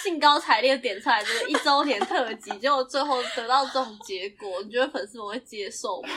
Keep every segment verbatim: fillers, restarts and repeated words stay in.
兴高采烈点出来这个一周年特辑，结果最后得到这种结果，你觉得粉丝们会接受吗？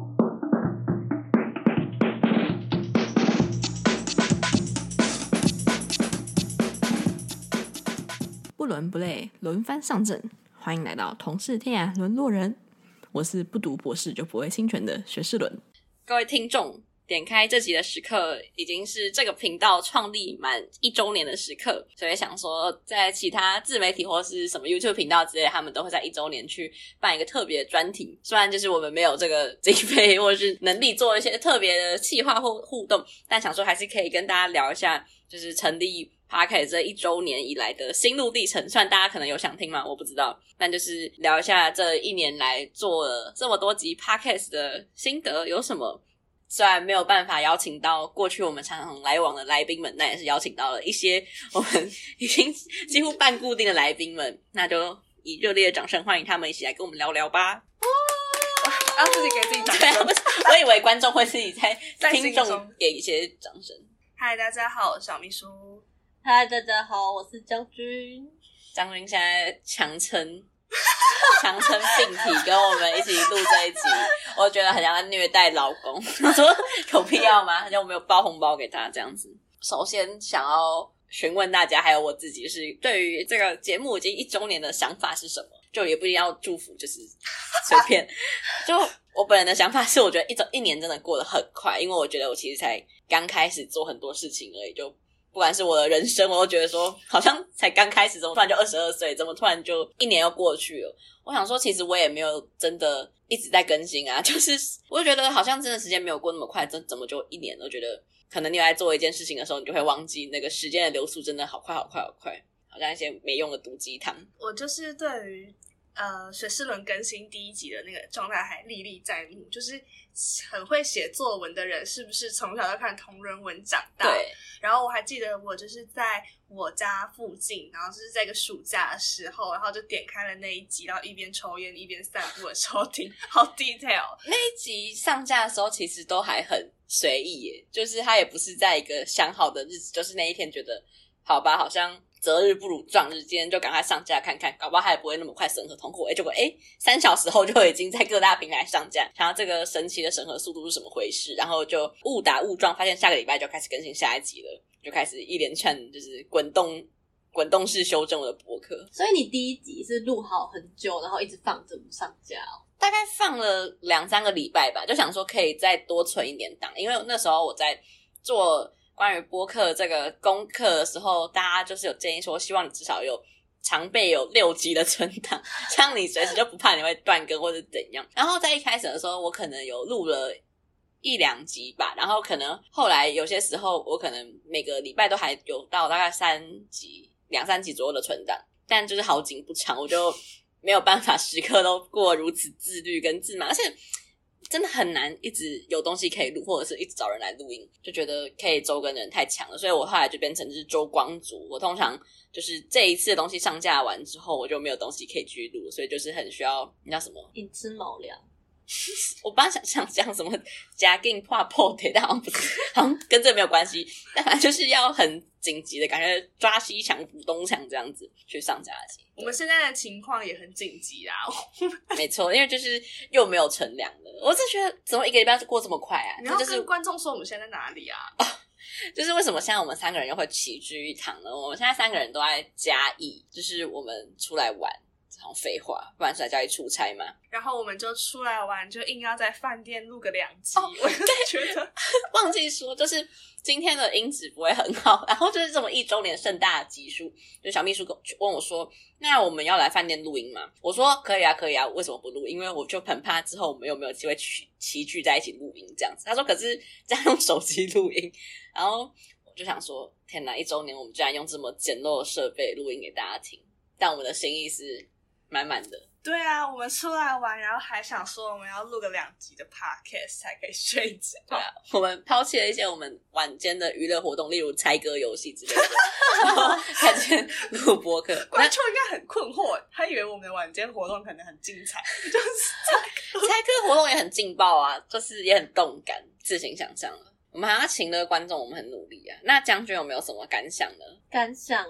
不伦不类，轮番上阵，欢迎来到同是天涯沦落人。我是不读博士就不会侵权的学士伦。 各位听众，点开这集的时刻已经是这个频道创立满一周年的时刻，所以想说在其他自媒体或是什么 YouTube 频道之类，他们都会在一周年去办一个特别的专题。虽然就是我们没有这个经费或是能力做一些特别的企划或互动，但想说还是可以跟大家聊一下，就是成立Podcast 这一周年以来的心路历程。虽然大家可能有想听吗？我不知道，但就是聊一下这一年来做了这么多集 Podcast 的心得有什么。虽然没有办法邀请到过去我们常常来往的来宾们，那也是邀请到了一些我们已经几乎半固定的来宾们，那就以热烈的掌声欢迎他们一起来跟我们聊聊吧。 要自己给自己掌声。 我以为观众会自己在听众给一些掌声。 嗨，大家好，我是小秘书。 嗨，大家好，我是将军。 将军现在强撑强撑病体跟我们一起录这一集，我觉得很像在虐待老公。我说有必要吗？好像我没有包红包给他这样子。首先想要询问大家还有我自己，是对于这个节目已经一周年的想法是什么？就也不一定要祝福，就是随便。就我本人的想法是，我觉得一周一年真的过得很快，因为我觉得我其实才刚开始做很多事情而已，就不管是我的人生，我都觉得说好像才刚开始，怎么突然就二十二岁，怎么突然就一年又过去了。我想说其实我也没有真的一直在更新啊，就是我就觉得好像真的时间没有过那么快，怎怎么就一年了。我觉得可能你在做一件事情的时候，你就会忘记那个时间的流速真的好快好快好快，好像一些没用的毒鸡汤。 我就是对于呃学士伦更新第一集的那个状态还历历在目，就是很会写作文的人是不是从小就看同人文长大？ 对。 然后我还记得我就是在我家附近，然后就是在一个暑假的时候，然后就点开了那一集，然后一边抽烟一边散步的时候听，好 detail。 那一集上架的时候其实都还很随意耶，就是它也不是在一个想好的日子，就是那一天觉得好吧，好像择日不如撞日，今天就赶快上架看看，搞不好还不会那么快审核通过。诶结果诶三小时后就已经在各大平台上架，想要这个神奇的审核速度是什么回事，然后就误打误撞发现下个礼拜就开始更新下一集了，就开始一连串就是滚动滚动式修正我的博客。 所以你第一集是录好很久，然后一直放着不上架哦？ 大概放了两三个礼拜吧，就想说可以再多存一点档，因为那时候我在做关于播客这个功课的时候，大家就是有建议说希望你至少有常备有六集的存档，这样你随时就不怕你会断更或者怎样。然后在一开始的时候我可能有录了一两集吧，然后可能后来有些时候我可能每个礼拜都还有到大概三集两三集左右的存档，但就是好景不长，我就没有办法时刻都过如此自律跟自满，而且真的很难一直有东西可以录，或者是一直找人来录音，就觉得可以周更的人太强了，所以我后来就变成是周光族。我通常就是这一次的东西上架完之后，我就没有东西可以继续录，所以就是很需要你叫什么寅吃卯粮。 我本来想想讲什么加劲破破的，但好像不是，好像跟这没有关系。但反正就是要很紧急的感觉，抓西墙补东墙这样子去上架的。 我们现在的情况也很紧急啦。 没错，因为就是又没有存粮了，我真觉得怎么一个礼拜就过这么快啊？ 你要就是跟观众说我们现在在哪里啊？ 哦，就是为什么现在我们三个人又会齐聚一堂呢？我们现在三个人都在嘉义，就是我们出来玩。这种废话，不然是来家里出差嘛。 然后我们就出来玩，就硬要在饭店录个两集。 哦、 我就觉得忘记说，就是今天的音质不会很好，然后就是这么一周年盛大的集数，就小秘书问我说：“那我们要来饭店录音吗？”我说：“可以啊，可以啊，为什么不录？因为我就很怕之后我们有没有机会齐聚在一起录音这样子。”他说：“可是这样用手机录音。”然后我就想说：“天哪，一周年我们居然用这么简陋的设备录音给大家听，但我们的心意是满满的。” 对啊，我们出来玩，然后还想说我们要录个两集的 podcast 才可以睡觉。 对啊，我们抛弃了一些我们晚间的娱乐活动，例如猜歌游戏之类的，然后开始录播客。 观众应该很困惑，他以为我们的晚间活动可能很精彩，就是猜猜歌活动也很劲爆啊，就是也很动感，自行想象了。我们还要请那个观众，我们很努力啊。那将军有没有什么感想呢？ 感想哦，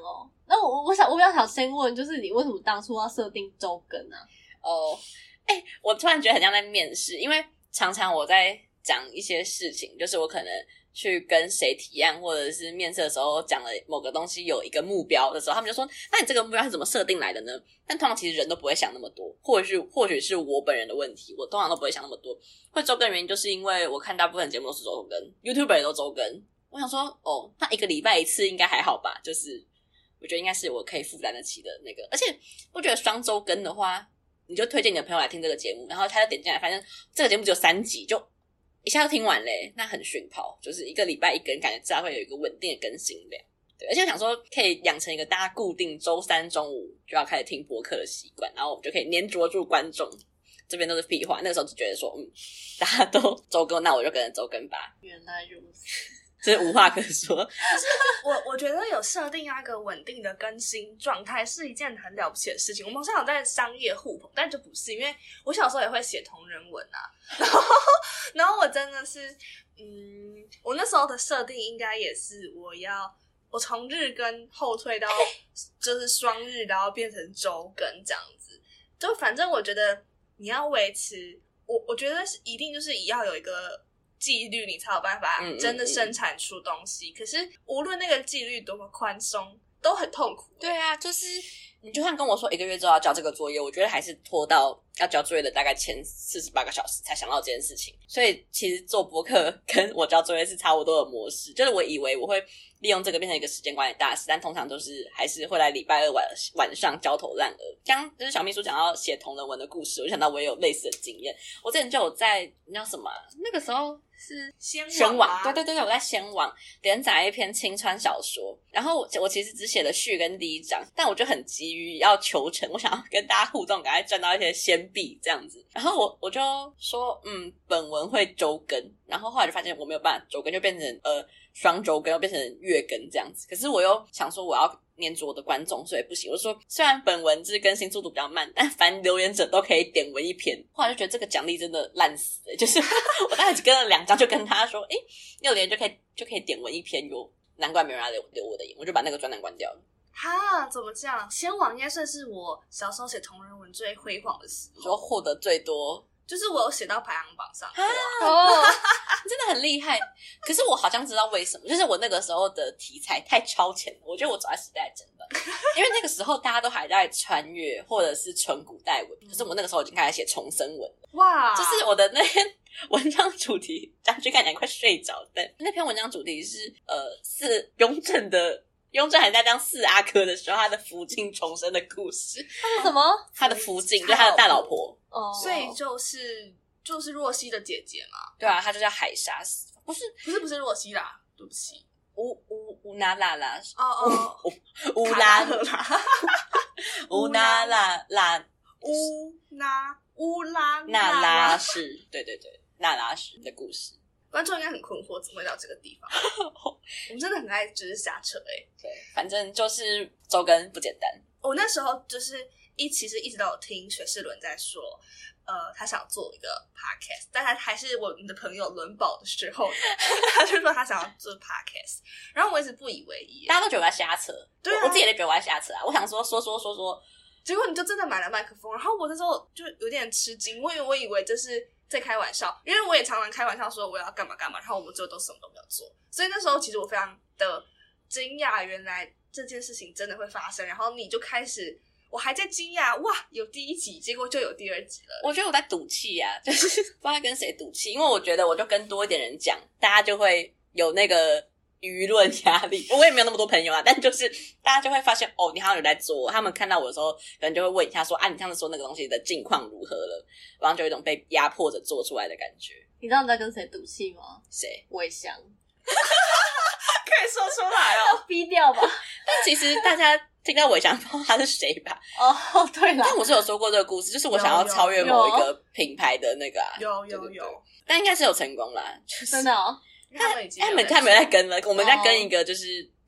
那我我想我比较想先问，就是你为什么当初要设定周更啊？ 哦，哎、欸，我突然觉得很像在面试，因为常常我在讲一些事情，就是我可能去跟谁提案，或者是面试的时候讲了某个东西有一个目标的时候，他们就说：“那你这个目标是怎么设定来的呢？”但通常其实人都不会想那么多，或者是或许是我本人的问题，我通常都不会想那么多。会周更原因就是因为我看大部分节目都是周更 ，YouTuber 也都周更。我想说，哦，那一个礼拜一次应该还好吧？就是我觉得应该是我可以负担得起的那个。而且我觉得双周更的话，你就推荐你的朋友来听这个节目，然后他就点进来，反正这个节目只有三集，就一下就听完嘞，那很逊跑，就是一个礼拜一更，感觉至少会有一个稳定的更新量。对，而且我想说可以养成一个大家固定周三中午就要开始听播客的习惯，然后我们就可以黏着住观众。这边都是屁话，那个时候就觉得说，嗯，大家都周更，那我就跟着周更吧。 原来如此。 这是无话可说。 我我觉得有设定那个稳定的更新状态是一件很了不起的事情。我们好像有在商业互捧，但就不是，因为我小时候也会写同人文啊，然后然后我真的是，嗯，我那时候的设定应该也是我要我从日更后退到就是双日，然后变成周更这样子。就反正我觉得你要维持，我我觉得是一定就是要有一个纪律，你才有办法真的生产出东西。嗯嗯嗯，可是无论那个纪律多么宽松，都很痛苦、欸。 对啊，就是你就算跟我说一个月之后要交这个作业，我觉得还是拖到要交作业的大概前四十八个小时才想到这件事情。所以其实做播客跟我交作业是差不多的模式，就是我以为我会利用这个变成一个时间管理大师，但通常都是还是会来礼拜二晚晚上焦头烂额。刚就是小秘书讲到写同人文的故事，我就想到我也有类似的经验。我之前就有在你叫什么、啊、那个时候是先宣网，对对对，我在先网连载一篇青川小说，然后我我其实只写了序跟第一章，但我就很急于要求成，我想要跟大家互动，赶快赚到一些先币这样子。然后我我就说，嗯，本文会周更，然后后来就发现我没有办法周更，就变成呃双周更，又变成月更这样子。可是我又想说我要黏住我的观众，所以不行。我就说虽然本文就是更新速度比较慢，但凡留言者都可以点文一篇。后来就觉得这个奖励真的烂死了，就是我大概只跟了两张，就跟他说，诶，你有留言就可以就可以点文一篇哟，难怪没人来留留我的言，我就把那个专栏关掉了。 哈，怎么这样？先网应该算是我小时候写同人文最辉煌的时候， 你说获得最多。 就是我有写到排行榜上啊，哦，真的很厉害。可是我好像知道为什么，就是我那个时候的题材太超前了，我觉得我走在时代尖端。因为那个时候大家都还在穿越或者是纯古代文，可是我那个时候已经开始写重生文了。 哇！ 就是我的那篇文章主题，将军看起来快睡着，但那篇文章主题是呃是雍正的。雍正还在当四阿哥的时候，他的福晋重生的故事。 他是什么？ 他的福晋就是他的大老婆。 哦， 所以就是就是若曦的姐姐嘛。 对啊，她就叫海莎，不是不是不是若曦啦，对不起， 乌乌乌拉拉拉。 哦哦， 乌拉拉乌拉拉拉乌拉乌拉那拉氏，对对对，那拉氏的故事。 观众应该很困惑，怎么会到这个地方？我们真的很爱就是瞎扯哎、欸。 对，反正就是周更不简单。 我那时候就是一其实一直都有听雪士伦在说，呃，他想做一个 podcast， 但他还是我们的朋友伦宝的时候，他就说他想要做 podcast， 然后我一直不以为意、欸， 大家都觉得我在瞎扯， 对、啊， 我自己也觉得我在瞎扯啊。我想说说说说说， 结果你就真的买了麦克风，然后我那时候就有点吃惊，我以为我以为这是在开玩笑，因为我也常常开玩笑说我要干嘛干嘛，然后我们最后都什么都没有做，所以那时候其实我非常的惊讶，原来这件事情真的会发生，然后你就开始，我还在惊讶，哇，有第一集，结果就有第二集了。 我觉得我在赌气啊，就是不知道跟谁赌气，因为我觉得我就跟多一点人讲，大家就会有那个舆论压力。我也没有那么多朋友啊，但就是大家就会发现哦，你好像有在做，他们看到我的时候，可能就会问一下说啊，你上次说那个东西的近况如何了？然后就有一种被压迫着做出来的感觉。 你知道你在跟谁赌气吗？ 谁？ 魏翔。 可以说出来哦， 逼掉吧。 但其实大家听到我想不知道他是谁吧？ 哦，对了， 但我是有说过这个故事，就是我想要超越某一个品牌的那个、啊， 有有有，有有但应该是有成功啦，就是、 真的哦。 他们已经他们他们有在跟了，我们在跟一个就是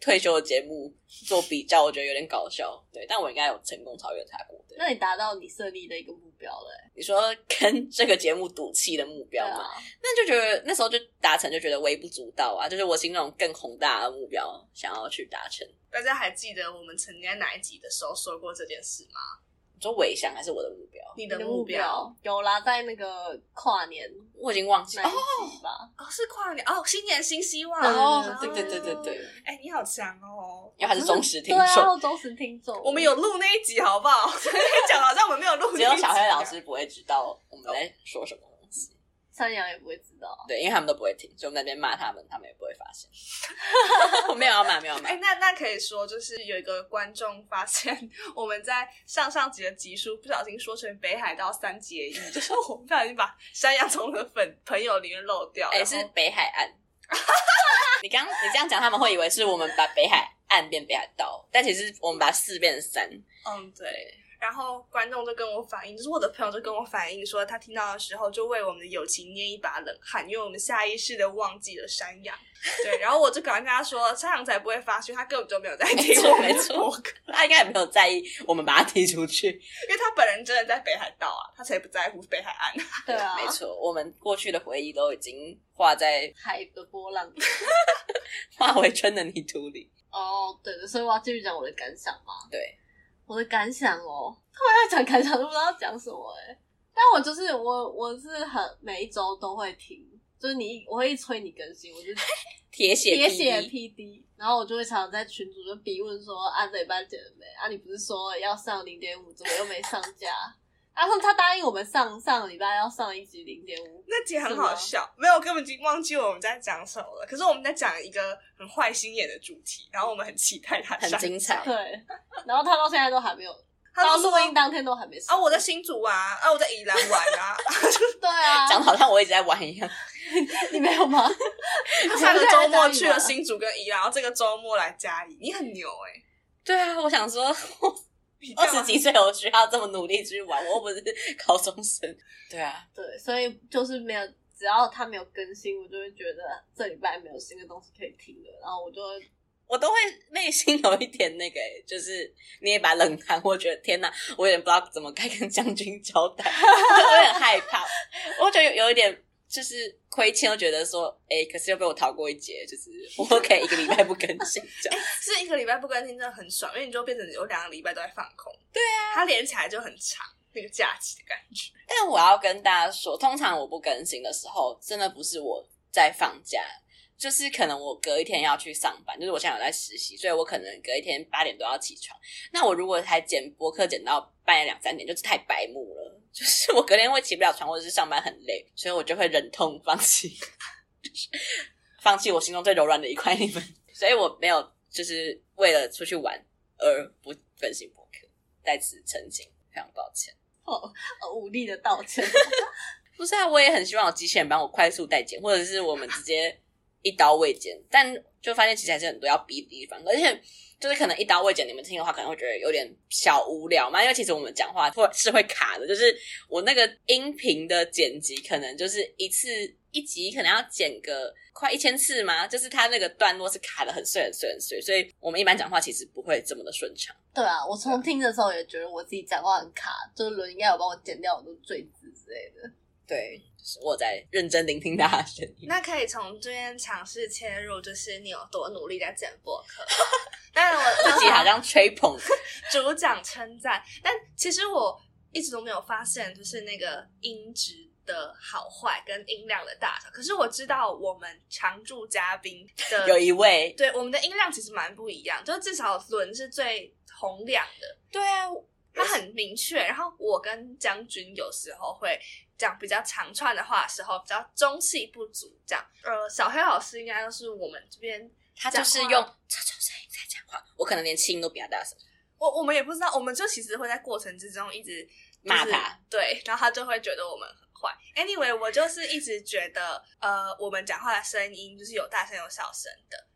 退休的节目做比较，我觉得有点搞笑。对，但我应该有成功超越他过。 那你达到你设立的一个目标了、欸？ 你说跟这个节目赌气的目标吗？啊、那就觉得那时候就达成，就觉得微不足道啊。就是我心中更宏大的目标，想要去达成。 大家还记得我们曾经在哪一集的时候说过这件事吗？ 你说尾翔还是我的目标？ 你的目标有啦，在那个跨年， 我已经忘记了那一集吧。 哦，是跨年哦，新年新希望。 哦，对对对对对。 哎、欸，你好强哦！ 因为他是忠实听众， 对啊，忠实听众。 我们有录那一集，好不好？讲好像我们没有录那一集。 只有小黑老师不会知道我们在说什么东西， 山羊也不会知道。 对，因为他们都不会听，所以我们那边骂他们，他们也不会发现。我没有要骂，没有要骂。 哎、欸，那那可以说，就是有一个观众发现我们在上上集的集数不小心说成北海道三结义，就是我们不小心把山羊从的粉朋友里面漏掉。 哎、欸，是北海岸。你刚你这样讲，他们会以为是我们把北海岸变北海道，但其实我们把四变成三。 嗯，对。然后观众就跟我反映，就是我的朋友就跟我反映说，他听到的时候就为我们的友情捏一把冷汗，因为我们下意识的忘记了山羊。对，然后我就赶快跟他说，山羊才不会发现，他根本就没有在听我们的播客， 他应该也没有在意我们把他踢出去， 因为他本人真的在北海道啊，他才不在乎北海岸。 对啊， 没错，我们过去的回忆都已经画在海的波浪， 化为春的泥土里。 哦，对的，所以我要继续讲我的感想嘛。 对。 我的感想哦，突然要讲感想都不知道讲什么哎、欸，但我就是我我是很每一周都会听，就是你我会一催你更新，我就铁血铁血 P D， 然后我就会常常在群组就逼问说啊这礼拜剪了没啊？你不是说要上 零点五，怎么又没上架？然后他答应我们上上个礼拜要上一集 零点五， 那集很好笑，没有，我根本已经忘记我们在讲什么了。可是我们在讲一个很坏心眼的主题，然后我们很期待它很精彩。 对，然后他到现在都还没有，到录音当天都还没上啊！我在新竹啊，啊我在宜兰玩啊， 对啊， 讲得好像我一直在玩一样。 你没有吗？ 他上个周末去了新竹跟宜兰，然后这个周末来嘉义，你很牛哎、欸！ 对啊，我想说。二十几岁，我需要这么努力去玩，我又不是高中生。对啊， 对，所以就是没有，只要他没有更新，我就会觉得这礼拜没有新的东西可以听了，然后我就会， 我都会内心有一点那个、欸，就是捏一把冷汗。我觉得天哪，我有点不知道怎么该跟将军交代，我有点害怕，我觉得有有一点。就是亏欠，又觉得说，哎、欸，可是又被我逃过一劫，就是我可以一个礼拜不更新，这样、 欸、是一个礼拜不更新真的很爽，因为你就变成有两个礼拜都在放空。 对啊， 它连起来就很长，那个假期的感觉。 但我要跟大家说，通常我不更新的时候，真的不是我在放假，就是可能我隔一天要去上班，就是我现在有在实习，所以我可能隔一天八点多要起床。那我如果还剪播客剪到半夜两三点，就是太白目了。就是我隔天会起不了床，或者是上班很累，所以我就会忍痛放弃，就是放弃我心中最柔软的一块你们。所以我没有就是为了出去玩而不更新播客，在此澄清，非常抱歉。 哦，无力的道歉。 不是啊，我也很希望有机器人帮我快速代剪，或者是我们直接一刀未剪，但就发现其实还是很多要逼的地方，而且。就是可能一刀未剪，你们听的话可能会觉得有点小无聊嘛，因为其实我们讲话会是会卡的，就是我那个音频的剪辑可能就是一次一集可能要剪个快一千次嘛，就是它那个段落是卡的很碎很碎很碎，所以我们一般讲话其实不会这么的顺畅。 对啊，我从听的时候也觉得我自己讲话很卡，就是伦应该有帮我剪掉很多赘字之类的。 对，就是我在认真聆听大家的声音。 那可以从这边尝试切入，就是你有多努力在剪播客。当然我自己好像吹捧主讲称赞，但其实我一直都没有发现就是那个音质的好坏跟音量的大小，可是我知道我们常驻嘉宾的有一位， 对，我们的音量其实蛮不一样，就至少伦是最洪亮的。 对啊， 它很明确，然后我跟将军有时候会讲比较长串的话的时候比较中气不足，这样。呃，小黑老师应该就是我们这边他就是用这种声音在讲话，我可能连气音都比他大声。 我我们也不知道，我们就其实会在过程之中一直、就是、 骂他， 对，然后他就会觉得我们很坏。Anyway， 我就是一直觉得呃，我们讲话的声音就是有大声有小声的。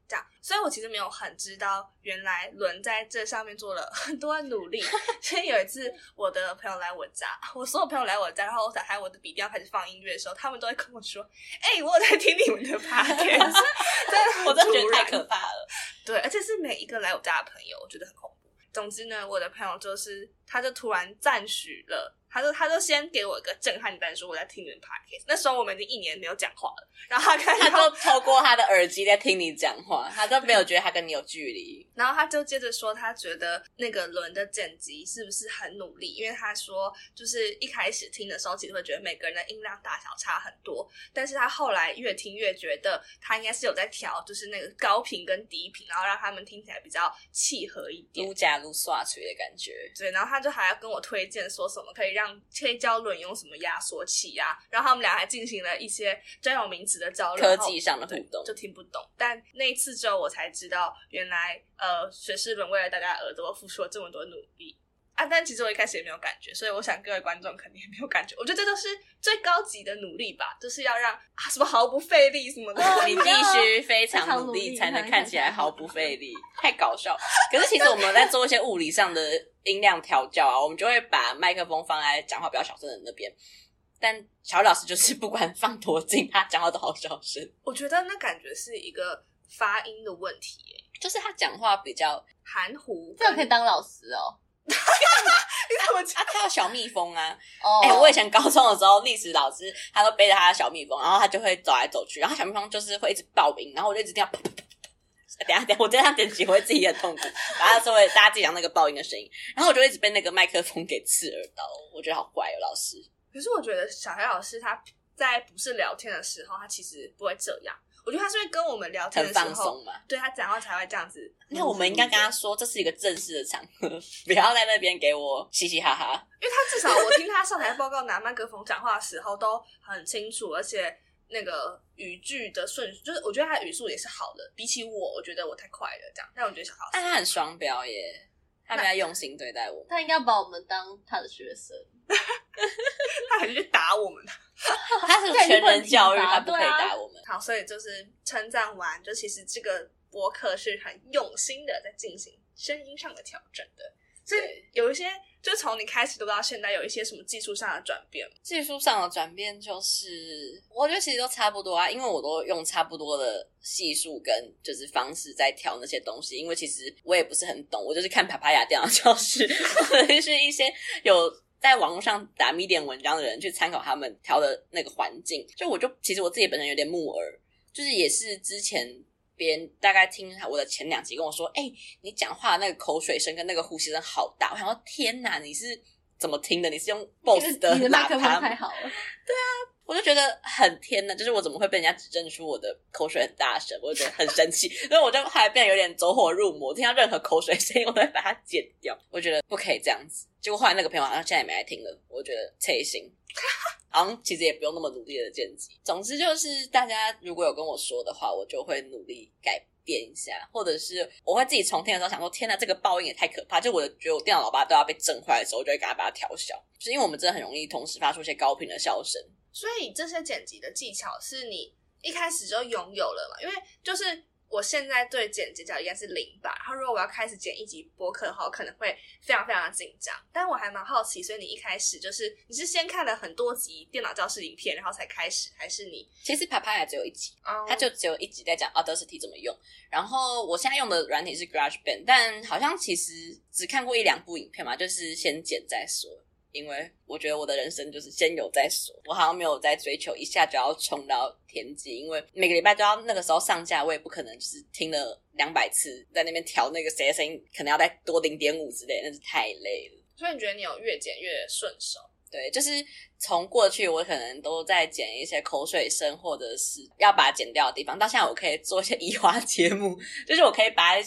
这样，所以我其实没有很知道原来伦在这上面做了很多的努力。所以有一次我的朋友来我家，我所有朋友来我家，然后我打开我的笔电要开始放音乐的时候，他们都会跟我说：“哎、欸，我有在听你们的 podcast。” 我真的觉得太可怕了。 对，而且是每一个来我家的朋友，我觉得很恐怖。总之呢，我的朋友就是，他就突然赞许了，他就他就先给我一个震撼弹，说我在听你们 podcast。那时候我们已经一年没有讲话了，然后他看他就透过他的耳机在听你讲话，他都没有觉得他跟你有距离。 然后他就接着说，他觉得那个伦的剪辑是不是很努力？因为他说，就是一开始听的时候，其实会觉得每个人的音量大小差很多，但是他后来越听越觉得他应该是有在调，就是那个高频跟低频，然后让他们听起来比较契合一点， 撸假撸刷锤的感觉。 对，然后他就还要跟我推荐说什么可以让可以教伦用什么压缩器啊，然后他们俩还进行了一些专有名词的交流， 科技上的互动， 就听不懂。但那一次之后，我才知道原来呃，学士伦为了大家的耳朵付出了这么多努力啊！但其实我一开始也没有感觉，所以我想各位观众肯定也没有感觉。我觉得这就是最高级的努力吧，就是要让啊什么毫不费力什么的， 你必须非常努力才能看起来毫不费力，太搞笑。可是其实我们在做一些物理上的音量调教啊，我们就会把麦克风放在讲话比较小声的那边。但小老师就是不管放多近，他讲话都好小声。 我觉得那感觉是一个发音的问题耶， 就是他讲话比较含糊， 这样可以当老师哦。 你怎么啊？他有小蜜蜂啊！ 哦， 哎、欸，我以前高中的时候，历史老师他都背着他的小蜜蜂，然后他就会走来走去，然后小蜜蜂就是会一直爆音，然后我就一直听到啪啪啪啪。等一下，等一下，我这样点击会自己很痛苦，然后就会大家自己讲那个爆音的声音，然后我就一直被那个麦克风给刺耳到，我觉得好怪哦，老师。 可是我觉得小黑老师他在不是聊天的时候，他其实不会这样。我觉得他是会跟我们聊天的时候很放松嘛， 对他讲话才会这样子。 那我们应该跟他说，这是一个正式的场合，不要在那边给我嘻嘻哈哈。 因为他至少我听他上台报告拿麦克风讲话的时候都很清楚，而且那个语句的顺序，就是我觉得他的语速也是好的。比起我，我觉得我太快了，这样。但我觉得小老师， 但他很双标耶，他比较用心对待我们。 他应该把我们当他的学生， 他还是去打我们。 他是全人教育，他不可以打我们。 好，所以就是称赞完，就其实这个播客是很用心的在进行声音上的调整的。所以有一些，就从你开始读到现在，有一些什么技术上的转变。 技术上的转变就是，我觉得其实都差不多啊，因为我都用差不多的系数跟就是方式在调那些东西。因为其实我也不是很懂，我就是看帕帕亚电脑教室，或者是一些有在网络上打 Medium 文章的人去参考他们调的那个环境。就我就其实我自己本身有点木耳，就是也是之前别人大概听我的前两集跟我说，哎、欸，你讲话的那个口水声跟那个呼吸声好大。我想说天哪，你是怎么听的？你是用 B O S S 的你的麦克风喇叭太好了。 对啊，我就觉得很天哪，就是我怎么会被人家指证出我的口水很大声，我就觉得很生气。所以我就后来变得有点走火入魔，听到任何口水声音我都会把它剪掉，我觉得不可以这样子。结果后来那个朋友好像现在也没来听了，我觉得切心。好像其实也不用那么努力的剪辑。总之就是大家如果有跟我说的话，我就会努力改变一下，或者是我会自己重听的时候想说，天哪，这个爆音也太可怕。就我觉得我电脑老爸都要被震坏的时候，我就会给他把它调小，就是因为我们真的很容易同时发出一些高频的笑声。 所以这些剪辑的技巧是你一开始就拥有了嘛？因为就是我现在对剪辑角应该是零吧，然后如果我要开始剪一集播客的话，我可能会非常非常的紧张。但我还蛮好奇，所以你一开始就是你是先看了很多集电脑教室影片，然后才开始，还是你其实 Papaya 只有一集， 嗯、 它就只有一集在讲 Audacity 怎么用。然后我现在用的软体是 GarageBand， 但好像其实只看过一两部影片嘛，就是先剪再说。因为我觉得我的人生就是先有再说，我好像没有在追求一下就要冲到天际，因为每个礼拜都要那个时候上架，我也不可能就是听了两百次在那边调那个谁的声音，可能要再多 零点五 之类的，那是太累了。 所以你觉得你有越剪越顺手？ 对，就是从过去我可能都在剪一些口水声或者是要把它剪掉的地方，到现在我可以做一些移花接木，就是我可以把一些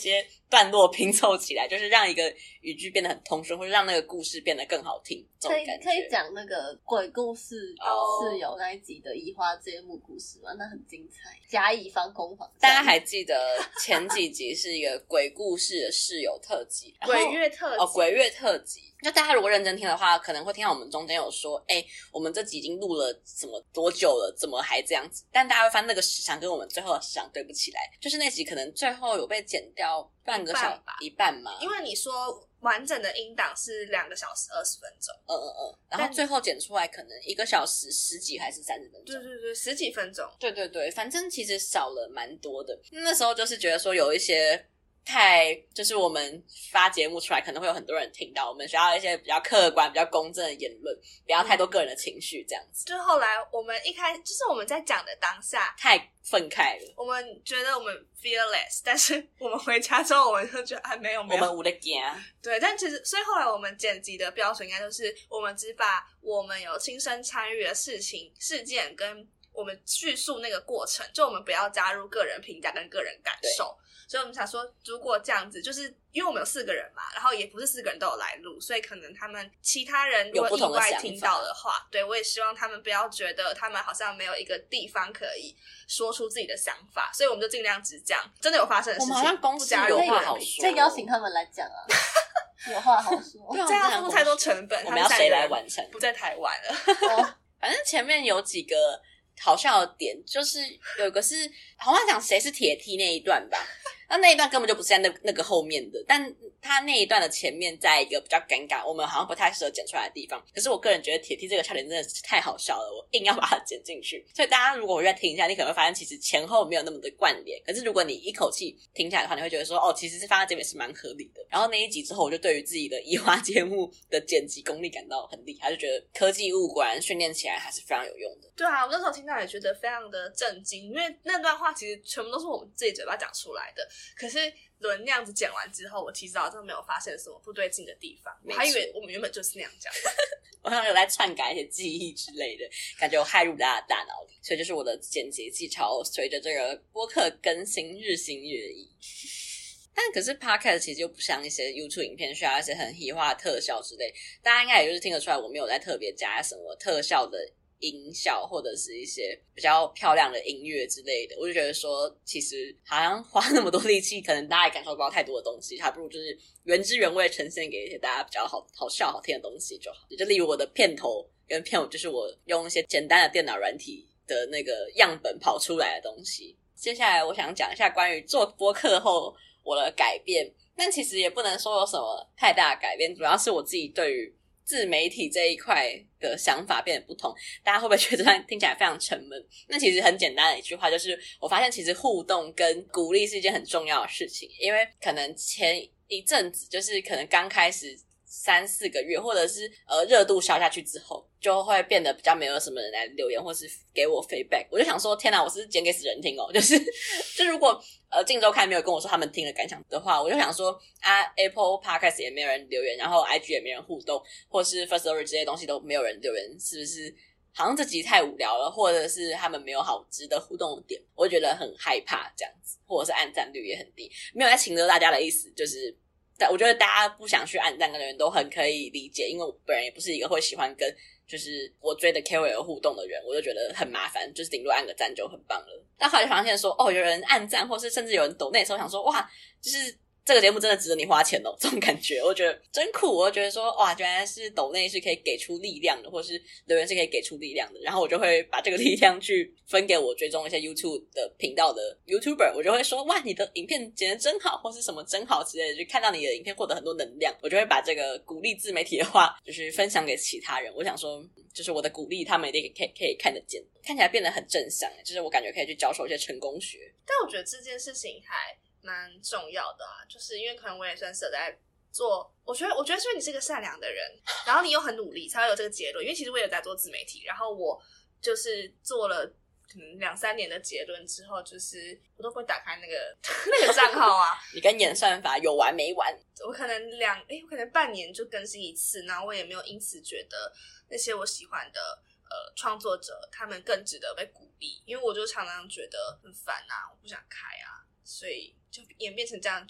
段落拼凑起来，就是让一个语句变得很通顺，或者让那个故事变得更好听。这可以种感觉可以讲那个鬼故事哦室友那一集的移花接木故事吗？那很精彩。甲乙方攻防战， 大家还记得前几集是一个鬼故事的室友特辑，然后鬼月特辑哦，鬼月特辑。就大家如果认真听的话，可能会听到我们中间有说，哎、欸，我们这集已经录了什么多久了，怎么还这样子？但大家会发现那个时长跟我们最后的时长对不起来，就是那集可能最后有被剪掉半个小一半嘛， 因为你说完整的音档是两个小时二十分钟， 嗯嗯嗯，然后最后剪出来可能一个小时十几还是三十分钟， 对对对，十几分钟， 对对对，反正其实少了蛮多的。那时候就是觉得说有一些太就是我们发节目出来可能会有很多人听到，我们需要一些比较客观比较公正的言论，不要太多个人的情绪这样子。 就后来我们一开就是我们在讲的当下太愤慨了， 我们觉得我们 fearless， 但是我们回家之后我们就觉得啊没有没有， 我们无得惊。 对，但其实所以后来我们剪辑的标准应该就是我们只把我们有亲身参与的事情事件跟我们叙述那个过程，就我们不要加入个人评价跟个人感受。所以我们想说如果这样子，就是因为我们有四个人嘛，然后也不是四个人都有来录，所以可能他们其他人如果意外听到的话，对，我也希望他们不要觉得他们好像没有一个地方可以说出自己的想法，所以我们就尽量只讲真的有发生的事情， 我们好像公司有话好说， 再邀请他们来讲啊有话好说这样付太多成本， 我们要谁来完成？ 不在台湾了哦反正前面有几个好笑的点，就是有一个是好像讲谁是铁梯那一段吧，那那一段根本就不是在那那个后面的，但他那一段的前面在一个比较尴尬，我们好像不太适合剪出来的地方。可是我个人觉得铁梯这个笑点真的是太好笑了，我硬要把它剪进去。所以大家如果我再听一下，你可能会发现其实前后没有那么的关联。可是如果你一口气听下来的话，你会觉得说哦，其实是放在这边是蛮合理的。然后那一集之后，我就对于自己的移花接木的剪辑功力感到很厉害，就觉得科技物果然训练起来还是非常有用的。 对啊，我那时候听到也觉得非常的震惊，因为那段话其实全部都是我们自己嘴巴讲出来的，可是轮那样子剪完之后，我其实好像没有发现什么不对劲的地方，我还以为我们原本就是那样讲的我好像有在篡改一些记忆之类的，感觉有害入大家的大脑里，所以就是我的剪辑技巧随着这个播客更新日新月异。但可是 podcast 其实又不像一些 YouTube 影片需要一些很稀化特效之类，大家应该也就是听得出来我没有在特别加什么特效的音效或者是一些比较漂亮的音乐之类的，我就觉得说其实好像花那么多力气可能大家也感受不到太多的东西，还不如就是原汁原味呈现给一些大家比较好好笑好听的东西就好。就例如我的片头跟片尾就是我用一些简单的电脑软体的那个样本跑出来的东西。接下来我想讲一下关于做播客后我的改变，但其实也不能说有什么太大的改变，主要是我自己对于自媒体这一块的想法变得不同。大家会不会觉得听起来非常沉闷？那其实很简单的一句话，就是我发现其实互动跟鼓励是一件很重要的事情。因为可能前一阵子就是可能刚开始三四个月，或者是呃热度消下去之后，就会变得比较没有什么人来留言或是给我 feedback。我就想说天哪，我是剪给死人听哦，就是就如果呃镜周刊没有跟我说他们听了感想的话，我就想说啊 Apple Podcast 也没有人留言，然后 I G 也没人互动，或是 Firstory 这些东西都没有人留言，是不是好像这集太无聊了，或者是他们没有好值得互动的点，我就觉得很害怕这样子，或者是按赞率也很低。没有在请责大家的意思，就是我觉得大家不想去按赞跟留言都很可以理解，因为我本人也不是一个会喜欢跟就是我追的 K O L 互动的人，我就觉得很麻烦，就是顶多按个赞就很棒了。但后来就发现说哦，有人按赞或是甚至有人抖内的时候想说哇，就是这个节目真的值得你花钱哦，这种感觉我觉得真酷。我就觉得说哇，原来是抖内是可以给出力量的，或是留言是可以给出力量的，然后我就会把这个力量去分给我追踪一些 YouTube 的频道的 YouTuber， 我就会说哇，你的影片剪得真好，或是什么真好之类的，就看到你的影片获得很多能量，我就会把这个鼓励自媒体的话就是分享给其他人。我想说就是我的鼓励他们一定可以可以看得见，看起来变得很正向，就是我感觉可以去教授一些成功学。 但我觉得这件事情还蛮重要的啊，就是因为可能我也算是在做，我觉得我觉得是因为你是一个善良的人，然后你又很努力才会有这个结论。因为其实我也在做自媒体，然后我就是做了可能两三年的结论之后，就是我都不会打开那个那个账号啊。 你跟演算法有完没完？ 我可能两诶，我可能半年就更新一次，然后我也没有因此觉得那些我喜欢的呃创作者他们更值得被鼓励，因为我就常常觉得很烦啊，我不想开啊，所以就演变成这样的局面。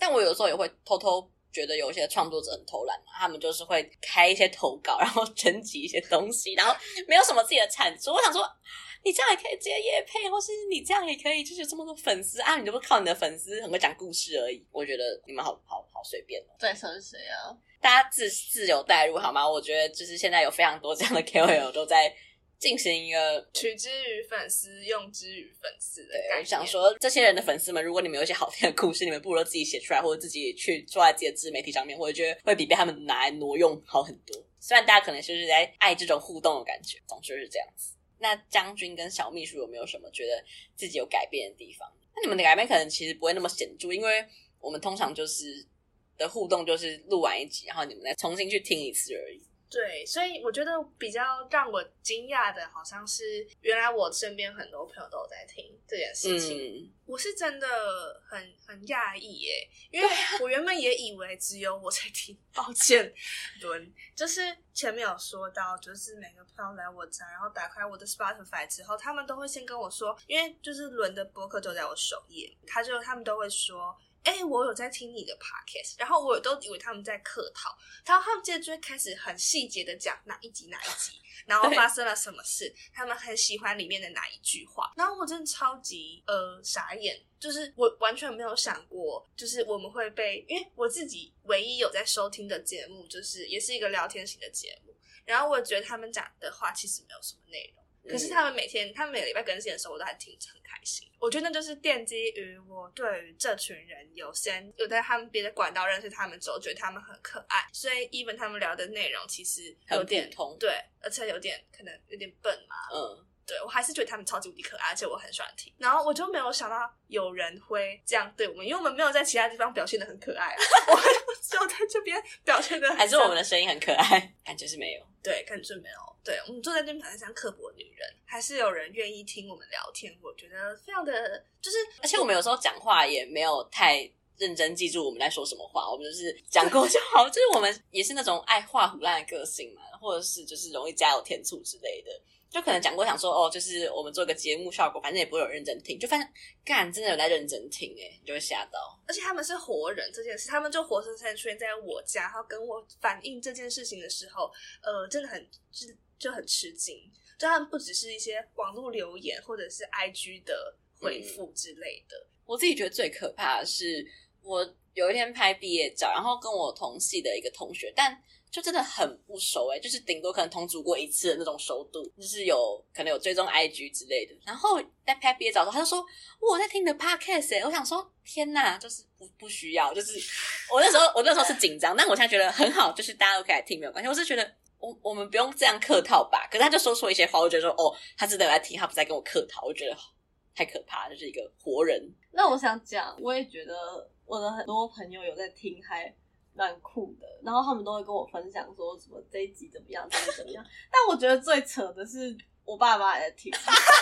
但我有时候也会偷偷觉得有一些创作者很偷懒嘛，他们就是会开一些投稿，然后征集一些东西，然后没有什么自己的产出。我想说，你这样也可以接业配，或是你这样也可以，就是这么多粉丝啊，你就不靠你的粉丝很会讲故事而已。我觉得你们好好好随便哦。 在说谁啊？ 大家自自由代入好吗？我觉得就是现在有非常多这样的 K O L 都在进行一个取之于粉丝，用之于粉丝的概念。 我想说，这些人的粉丝们，如果你们有一些好听的故事，你们不如自己写出来，或者自己去做在自己的自媒体上面，我觉得会比被他们拿来挪用好很多。虽然大家可能就是在爱这种互动的感觉，总之是这样子。那将军跟小秘书有没有什么觉得自己有改变的地方？那你们的改变可能其实不会那么显著，因为我们通常就是的互动就是录完一集，然后你们再重新去听一次而已。 对，所以我觉得比较让我惊讶的，好像是原来我身边很多朋友都有在听这件事情。嗯，我是真的很很讶异耶，因为我原本也以为只有我在听。抱歉，伦，就是前面有说到，就是每个朋友来我家，然后打开我的 Spotify 之后，他们都会先跟我说，因为就是伦的播客就在我首页，他就他们都会说。哎、欸，我有在听你的 podcast， 然后我都以为他们在客套，然后他们接着就会开始很细节的讲哪一集哪一集，然后发生了什么事，他们很喜欢里面的哪一句话，然后我真的超级呃傻眼，就是我完全没有想过，就是我们会被，因为我自己唯一有在收听的节目，就是也是一个聊天型的节目，然后我觉得他们讲的话其实没有什么内容。可是他们每天，他们每个礼拜更新的时候，我都还听着很开心。我觉得那就是奠基于我对于这群人有先有在他们别的管道认识他们之后，觉得他们很可爱，所以 even 他们聊的内容其实有点通， 对，而且有点可能有点笨嘛，嗯。对，我还是觉得他们超级无敌可爱，而且我很喜欢听。然后我就没有想到有人会这样对我们，因为我们没有在其他地方表现得很可爱、啊，我们只有在这边表现得很还是我们的声音很可爱，感觉是没有。 对，感觉没有。对，我们坐在这边好像像刻薄女人，还是有人愿意听我们聊天，我觉得非常的，就是而且我们有时候讲话也没有太认真记住我们在说什么话，我们就是讲过就好。就是我们也是那种爱画虎烂的个性嘛，或者是就是容易加油添醋之类的。就可能讲过想说哦，就是我们做个节目效果，反正也不会有人认真听，就发现干真的有在认真听诶，你就会吓到。 而且他们是活人这件事，他们就活生生出现在我家，然后跟我反映这件事情的时候，呃，真的很就就很吃惊。就他们不只是一些网络留言或者是 I G 的回复之类的、嗯。 我自己觉得最可怕的是，我有一天拍毕业照，然后跟我同系的一个同学，但就真的很不熟诶、欸、就是顶多可能同组过一次的那种熟度，就是有可能有追踪 I G 之类的。然后在拍毕业照的时候，他就说我在听你的 podcast 诶、欸、我想说天哪，就是不不需要，就是我那时候我那时候是紧张，但我现在觉得很好，就是大家都可以来听没有关系。我是觉得我我们不用这样客套吧，可是他就说出一些话，我觉得说哦，他真的有在听，他不是在跟我客套，我觉得太可怕，就是一个活人。 那我想讲，我也觉得我的很多朋友有在听，还蛮酷的，然后他们都会跟我分享说什么这一集怎么样，这一集怎么样。但我觉得最扯的是我爸妈也在听，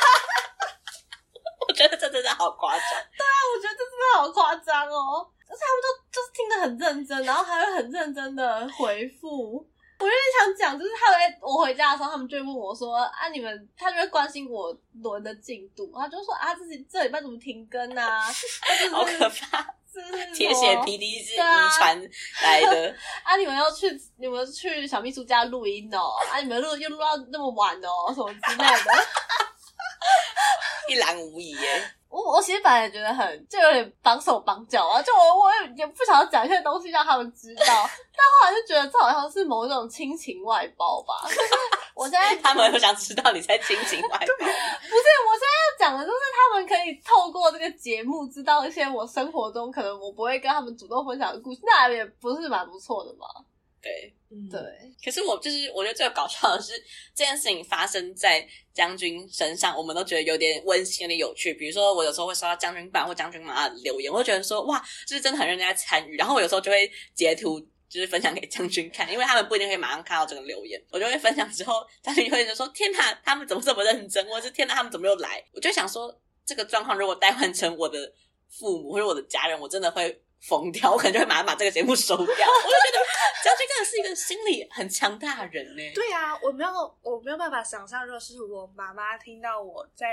我觉得这真的好夸张。 对啊，我觉得这真的好夸张哦，而且他们都就是听得很认真，然后还会很认真的回复。我有点想讲，就是他们我回家的时候，他们就会问我说啊，你们，他就会关心我轮的进度，他就说啊，这这礼拜怎么停更啊？ 好可怕。铁血 P D 是遗传来的啊, 啊！你们要去，你们去小秘书家录音哦！啊，你们录又录到那么晚哦，什么之类的， 一览无遗耶。 我我其实本来也觉得很，就有点绑手绑脚啊，就我我也不想要讲一些东西让他们知道，但后来就觉得这好像是某种亲情外包吧。就是我现在他们有想知道你在亲情外包，不是？ 我现在要讲的就是他们可以透过这个节目知道一些我生活中可能我不会跟他们主动分享的故事，那也不是蛮不错的吗？ 对， 嗯，对。 可是我就是我觉得最搞笑的是这件事情发生在将军身上，我们都觉得有点温馨，有点有趣。比如说我有时候会收到将军爸或将军妈的留言，我就觉得说哇，就是真的很认真在参与。然后我有时候就会截图，就是分享给将军看，因为他们不一定会马上看到这个留言，我就会分享之后，将军就会说天哪，他们怎么这么认真，或者是天哪，他们怎么又来？我就想说，这个状况如果代换成我的父母或者我的家人，我真的会疯掉，我可能就会马上把这个节目收掉。我就觉得将军真的是一个心理很强大的人呢。 对啊，我没有我没有办法想象，若是我妈妈听到我在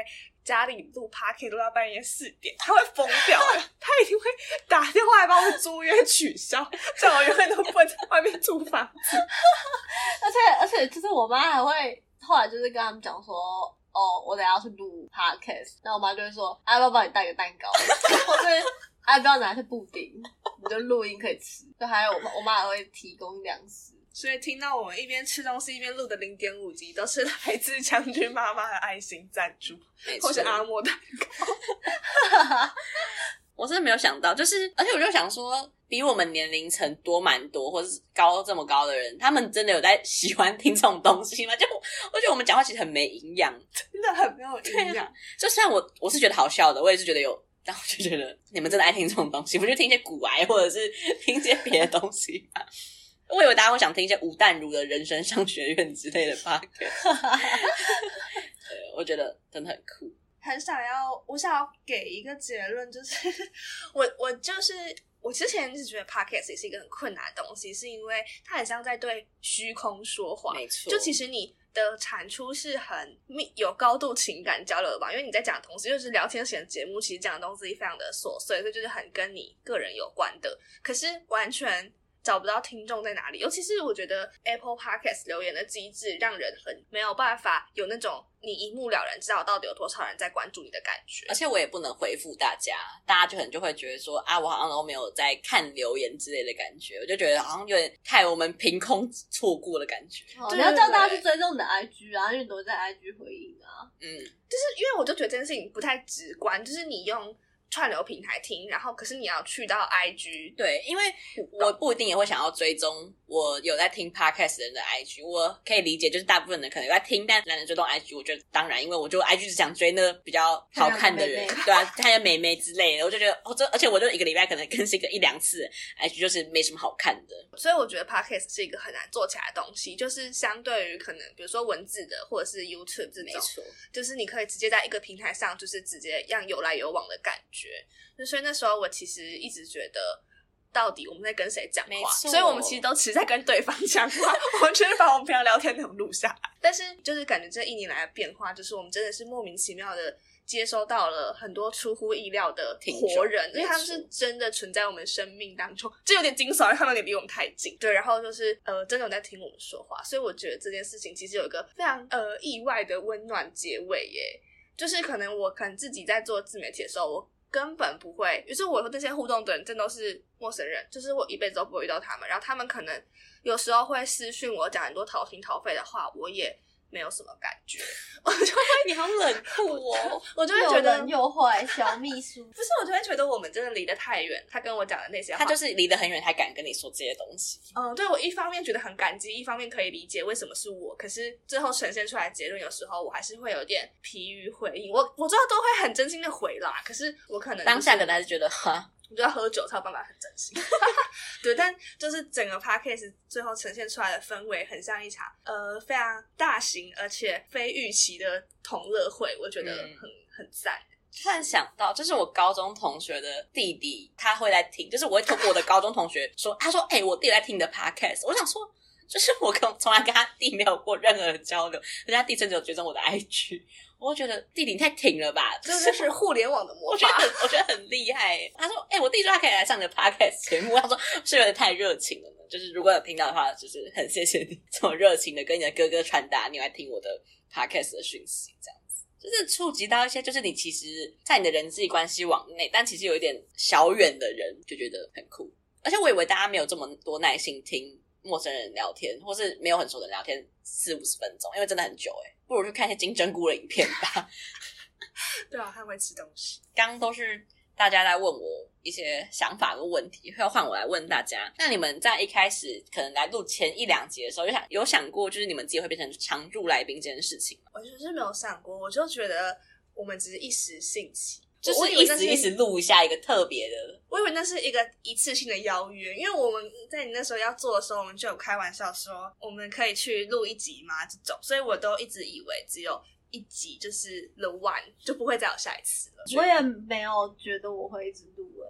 家里录 podcast 录到半夜四点，他会疯掉了，他一定会打电话来帮我租约取消，这样我永远都不能在外面租房子。 而且而且就是我妈还会后来就是跟他们讲说，哦，我等一下要去录 podcast， 那我妈就会说，啊，要不要帮你带个蛋糕，或是啊，要不要拿去布丁，你就录音可以吃。就还有我我妈还会提供粮食。 所以听到我们一边吃东西一边录的零点五集，都是来自将军妈妈的爱心赞助，或是阿嬷蛋糕。 我真的没有想到，就是而且我就想说，比我们年龄层多蛮多，或是高这么高的人，他们真的有在喜欢听这种东西吗？就我觉得我们讲话其实很没营养， 真的很没有营养。 就虽然我我是觉得好笑的，我也是觉得有，但我就觉得你们真的爱听这种东西，不就听一些古癌或者是听一些别的东西吗？我以为大家会想听一些吴淡如的人生商学院之类的 podcast。 对，我觉得真的很酷， 很想要我想要给一个结论，就是我我就是我之前一直觉得 podcast 也是一个很困难的东西，是因为它很像在对虚空说话。 没错， 就其实你的产出是很有高度情感交流的吧，因为你在讲的同时就是聊天型的节目，其实讲的东西非常的琐碎，所以就是很跟你个人有关的，可是完全找不到听众在哪里。尤其是我觉得 Apple Podcast 留言的机制让人很没有办法有那种你一目了然知道到底有多少人在关注你的感觉。 而且我也不能回复大家，大家就可能就会觉得说啊，我好像都没有在看留言之类的感觉，我就觉得好像有点太我们凭空错过的感觉。 哦，你要叫大家去追踪你的 I G 啊，因为你都在 I G 回应啊。 嗯， 就是因为我就觉得这件事情不太直观，就是你用串流平台听，然后可是你要去到 I G。 对，因为我不一定也会想要追踪我有在听 podcast 的人的 I G， 我可以理解就是大部分人可能有在听但懒得追踪 I G， 我觉得当然，因为我就 I G 只想追那个比较好看的人，对啊，看下美眉之类的，我就觉得哦，这而且我就一个礼拜可能更新个一两次 I G， 就是没什么好看的。 所以我觉得 podcast 是一个很难做起来的东西，就是相对于可能比如说文字的或者是 YouTube 这种， 没错， 就是你可以直接在一个平台上就是直接让有来有往的感觉。所以那时候我其实一直觉得到底我们在跟谁讲话，所以我们其实都只是在跟对方讲话，我们就是把我们平常聊天内容录下来。但是就是感觉这一年来的变化，就是我们真的是莫名其妙的接收到了很多出乎意料的活人，因为他们是真的存在我们生命当中，这有点惊悚，因为他们也离我们太近。对，然后就是呃，真的有在听我们说话，所以我觉得这件事情其实有一个非常呃意外的温暖结尾耶。就是可能我可能自己在做自媒体的时候，我根本不会，就是我和那些互动的人真都是陌生人，就是我一辈子都不会遇到他们，然后他们可能有时候会私讯我讲很多掏心掏肺的话，我也没有什么感觉，我就会你好冷酷哦， 我就会觉得又冷又坏小秘书。 不是，我就会觉得我们真的离得太远，他跟我讲的那些话， 他就是离得很远还敢跟你说这些东西。 嗯，对，我一方面觉得很感激，一方面可以理解为什么是我，可是最后呈现出来的结论有时候我还是会有点疲于回应。我我最后都会很真心的回啦，可是我可能、就是、 当下可能还是觉得哈， 我就要喝酒才有办法很真心。对，但就是整个 podcast 最后呈现出来的氛围很像一场呃非常大型而且非预期的同乐会，我觉得很、嗯、很赞。 突然想到，就是我高中同学的弟弟，他会来听，就是我会透过我的高中同学说，他说：“哎、欸，我弟在听你的 podcast。”我想说，就是我跟从来跟他弟没有过任何的交流，而且他弟甚至有追踪我的 I G， 我就觉得弟弟你太挺了吧， 这就是互联网的魔法， 我觉得很我觉得很厉害。他说：“哎、欸，我弟说他可以来上你的 podcast 节目。”他说是有点太热情了呢，就是如果有听到的话，就是很谢谢你这么热情的跟你的哥哥传达你来听我的 podcast 的讯息，这样。就是触及到一些就是你其实在你的人际关系网内但其实有一点小远的人，就觉得很酷。而且我以为大家没有这么多耐心听陌生人聊天，或是没有很熟的人聊天四五十分钟，因为真的很久耶，不如去看一些金针菇的影片吧。 对啊，他会吃东西。 刚刚都是大家在问我一些想法跟问题，要换我来问大家。那你们在一开始可能来录前一两集的时候，有想有想过就是你们自己会变成常驻来宾这件事情吗？ 我就是没有想过，我就觉得我们只是一时兴起， 就是一时一时录一下一个特别的。 我以为那是一个一次性的邀约，因为我们在你那时候要做的时候，我们就有开玩笑说我们可以去录一集吗这种，所以我都一直以为只有一集就是 the one， 就不会再有下一次了。 我也没有觉得我会一直录诶、欸，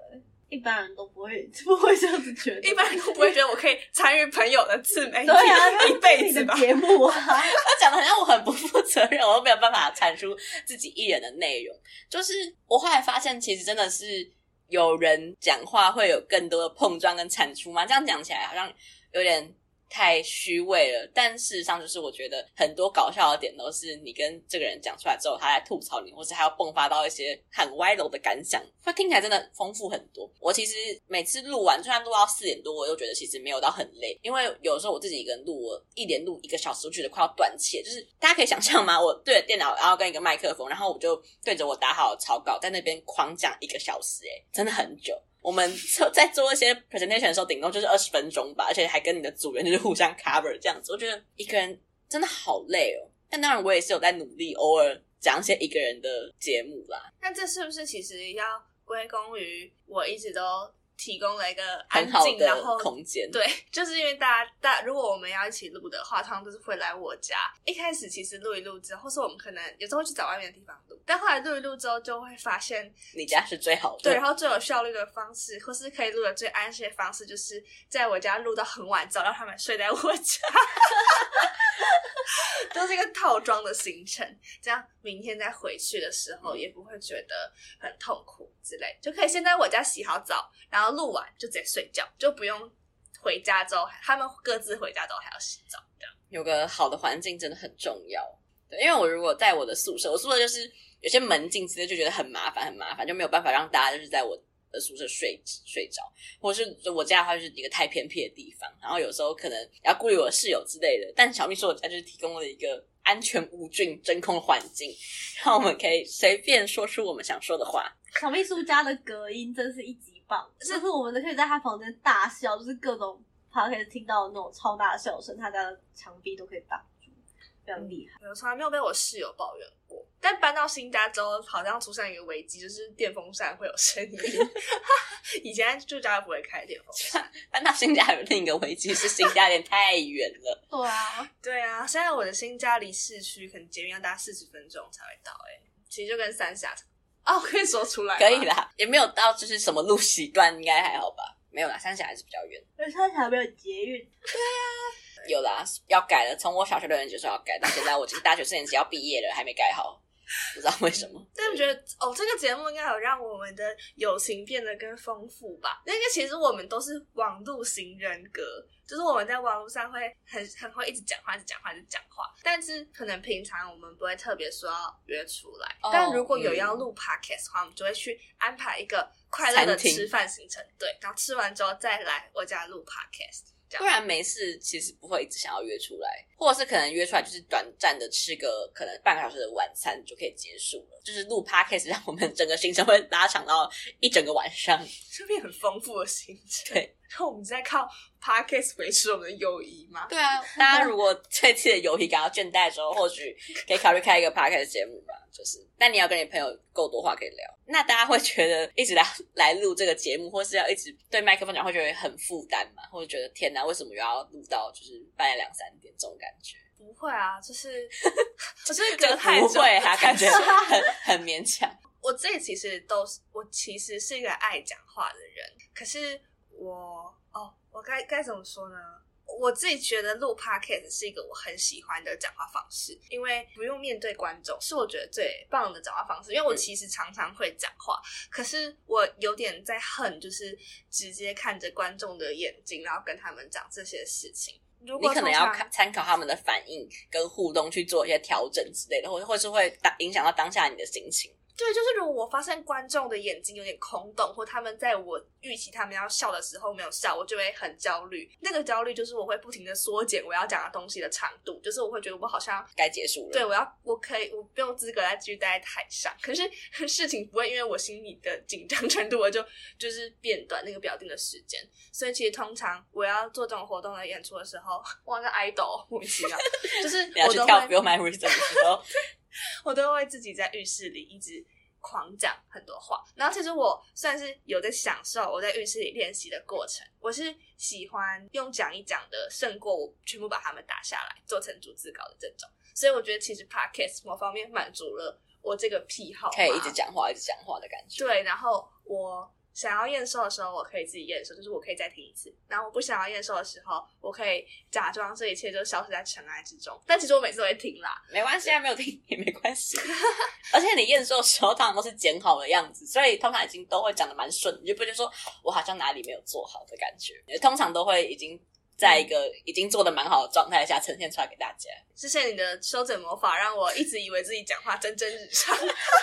一般人都不会不会这样子觉得， 一般人都不会觉得我可以参与朋友的自媒体， 对啊， 一辈子吧。 节目啊， 他讲的好像我很不负责任，我都没有办法阐述自己艺人的内容。就是我后来发现，其实真的是有人讲话会有更多的碰撞跟产出嘛。这样讲起来好像有点太虚伪了，但事实上就是我觉得很多搞笑的点都是你跟这个人讲出来之后，他在吐槽你，或是还要迸发到一些很歪楼的感想，会听起来真的丰富很多。我其实每次录完，就算录到四点多，我又觉得其实没有到很累，因为有时候我自己一个人录，我一连录一个小时，我觉得快要断气了。就是大家可以想象吗？我对着电脑，然后跟一个麦克风，然后我就对着我打好的草稿，在那边狂讲一个小时，诶真的很久。我们在做一些 presentation 的时候，顶多就是二十分钟吧，而且还跟你的组员就是互相 cover 这样子。我觉得一个人真的好累哦。但当然，我也是有在努力，偶尔讲一些一个人的节目啦。 那这是不是其实要归功于我一直都提供了一个安静很好的然后空间？ 对，就是因为大家大如果我们要一起录的话，通常都是会来我家。一开始其实录一录之后，或是我们可能有时候会去找外面的地方录，但后来录一录之后就会发现你家是最好的。 对，然后最有效率的方式，或是可以录的最安心的方式，就是在我家录到很晚之后，让他们睡在我家。都是一个套装的行程，这样明天再回去的时候也不会觉得很痛苦之类，就可以先在我家洗好澡，然后录完就直接睡觉，就不用回家之后他们各自回家之后还要洗澡。这样有个好的环境真的很重要。对，因为我如果在我的宿舍，我宿舍就是有些门禁之类就觉得很麻烦很麻烦，就没有办法让大家就是在我的宿舍睡睡着，或者是我家的话就是一个太偏僻的地方，然后有时候可能要顾虑我的室友之类的，但小秘书我家就是提供了一个安全无菌真空的环境，让我们可以随便说出我们想说的话。 小秘书家的隔音真是一级棒，就是我们可以在他房间大笑，就是各种 podcast 听到的那种超大的笑声，他家的墙壁都可以挡住，非常厉害。 我从来没有被我室友抱怨过，但搬到新家之后好像出现一个危机，就是电风扇会有声音。以前住家不会开电风扇， 搬到新家有另一个危机是新家有点太远了。 对啊， 对啊，现在我的新家离市区可能捷运要搭四十分钟才会到，欸，其实就跟三峡啊，我可以说出来吗？ 可以啦，也没有到就是什么路习惯，应该还好吧？没有啦，三峡还是比较远。 因为三峡没有捷运。 对啊，有啦，要改了。从我小学六年级说要改，到现在我已经大学四年级要毕业了，还没改好，不知道为什么。 但我觉得哦，这个节目应该有让我们的友情变得更丰富吧？因为其实我们都是网路型人格，就是我们在网络上会很很会一直讲话，一直讲话，一直讲话。但是可能平常我们不会特别说要约出来，哦，但如果有要录 podcast 的话，嗯，我们就会去安排一个快乐的吃饭行程，对，然后吃完之后再来我家录 podcast。 不然没事，其实不会一直想要约出来，或者是可能约出来就是短暂的吃个可能半个小时的晚餐就可以结束了。就是录 podcast 让我们整个行程会拉长到一整个晚上， 这边很丰富的行程。 对， 然后我们在靠 podcast 维持我们的友谊吗？ 对啊，大家如果这次的友谊感到倦怠的时候，或许可以考虑开一个 podcast 节目吧。就是，但你要跟你朋友够多话可以聊。那大家会觉得一直来来录这个节目，或是要一直对麦克风讲，会觉得很负担嘛？或者觉得天哪，为什么又要录到就是半夜两三点这种感觉？ 不会啊，就是我是隔太久， 不会啊，感觉很很勉强。 我自己其实都是，我其实是一个爱讲话的人，可是我哦，我该该怎么说呢？我自己觉得录 podcast 是一个我很喜欢的讲话方式，因为不用面对观众，是我觉得最棒的讲话方式。因为我其实常常会讲话，嗯，可是我有点在恨，就是直接看着观众的眼睛，然后跟他们讲这些事情。如果你可能要参考他们的反应跟互动去做一些调整之类的，或或是会当影响到当下你的心情。 对，就是如果我发现观众的眼睛有点空洞，或他们在我预期他们要笑的时候没有笑，我就会很焦虑。那个焦虑就是我会不停的缩减我要讲的东西的长度，就是我会觉得我好像该结束了。 对，我要我可以我不用资格再继续待在台上，可是事情不会因为我心里的紧张程度我就就是变短那个表定的时间。所以其实通常我要做这种活动的演出的时候，我好像 idol 莫名其妙，就是你要去跳 Feel My Rhythm 的时候我都会自己在浴室里一直狂讲很多话，然后其实我算是有在享受我在浴室里练习的过程，我是喜欢用讲一讲的胜过我全部把它们打下来做成逐字稿的这种，所以我觉得其实 podcast 某方面满足了我这个癖好， 可以一直讲话一直讲话的感觉。 对，然后我想要验收的时候，我可以自己验收，就是我可以再听一次。然后我不想要验收的时候，我可以假装这一切就消失在尘埃之中。但其实我每次都会听啦， 没关系啊，没有听也没关系。而且你验收的时候，通常都是剪好的样子，所以通常已经都会讲得蛮顺，你就不会觉得说我好像哪里没有做好的感觉。通常都会已经在一个已经做得蛮好的状态下呈现出来给大家。 谢谢你的修整魔法，让我一直以为自己讲话蒸蒸日上。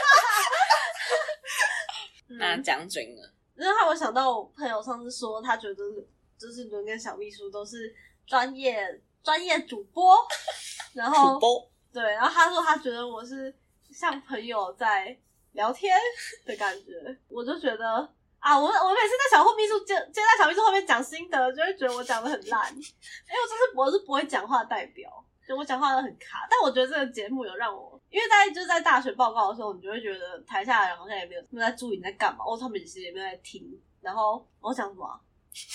那将军呢？ 因为他我想到我朋友上次说，他觉得就是伦跟小秘书都是专业专业主播，然后主播对，然后他说他觉得我是像朋友在聊天的感觉，我就觉得啊，我我每次在小后秘书接接在小秘书后面讲心得，就会觉得我讲的很烂，因为我就是我是不会讲话的代表。就我讲话都很卡，但我觉得这个节目有让我，因为在就是在大学报告的时候，你就会觉得台下的人好像也没有没有在注意你在干嘛，或者他们其实也没有在听。然后我讲什么、啊？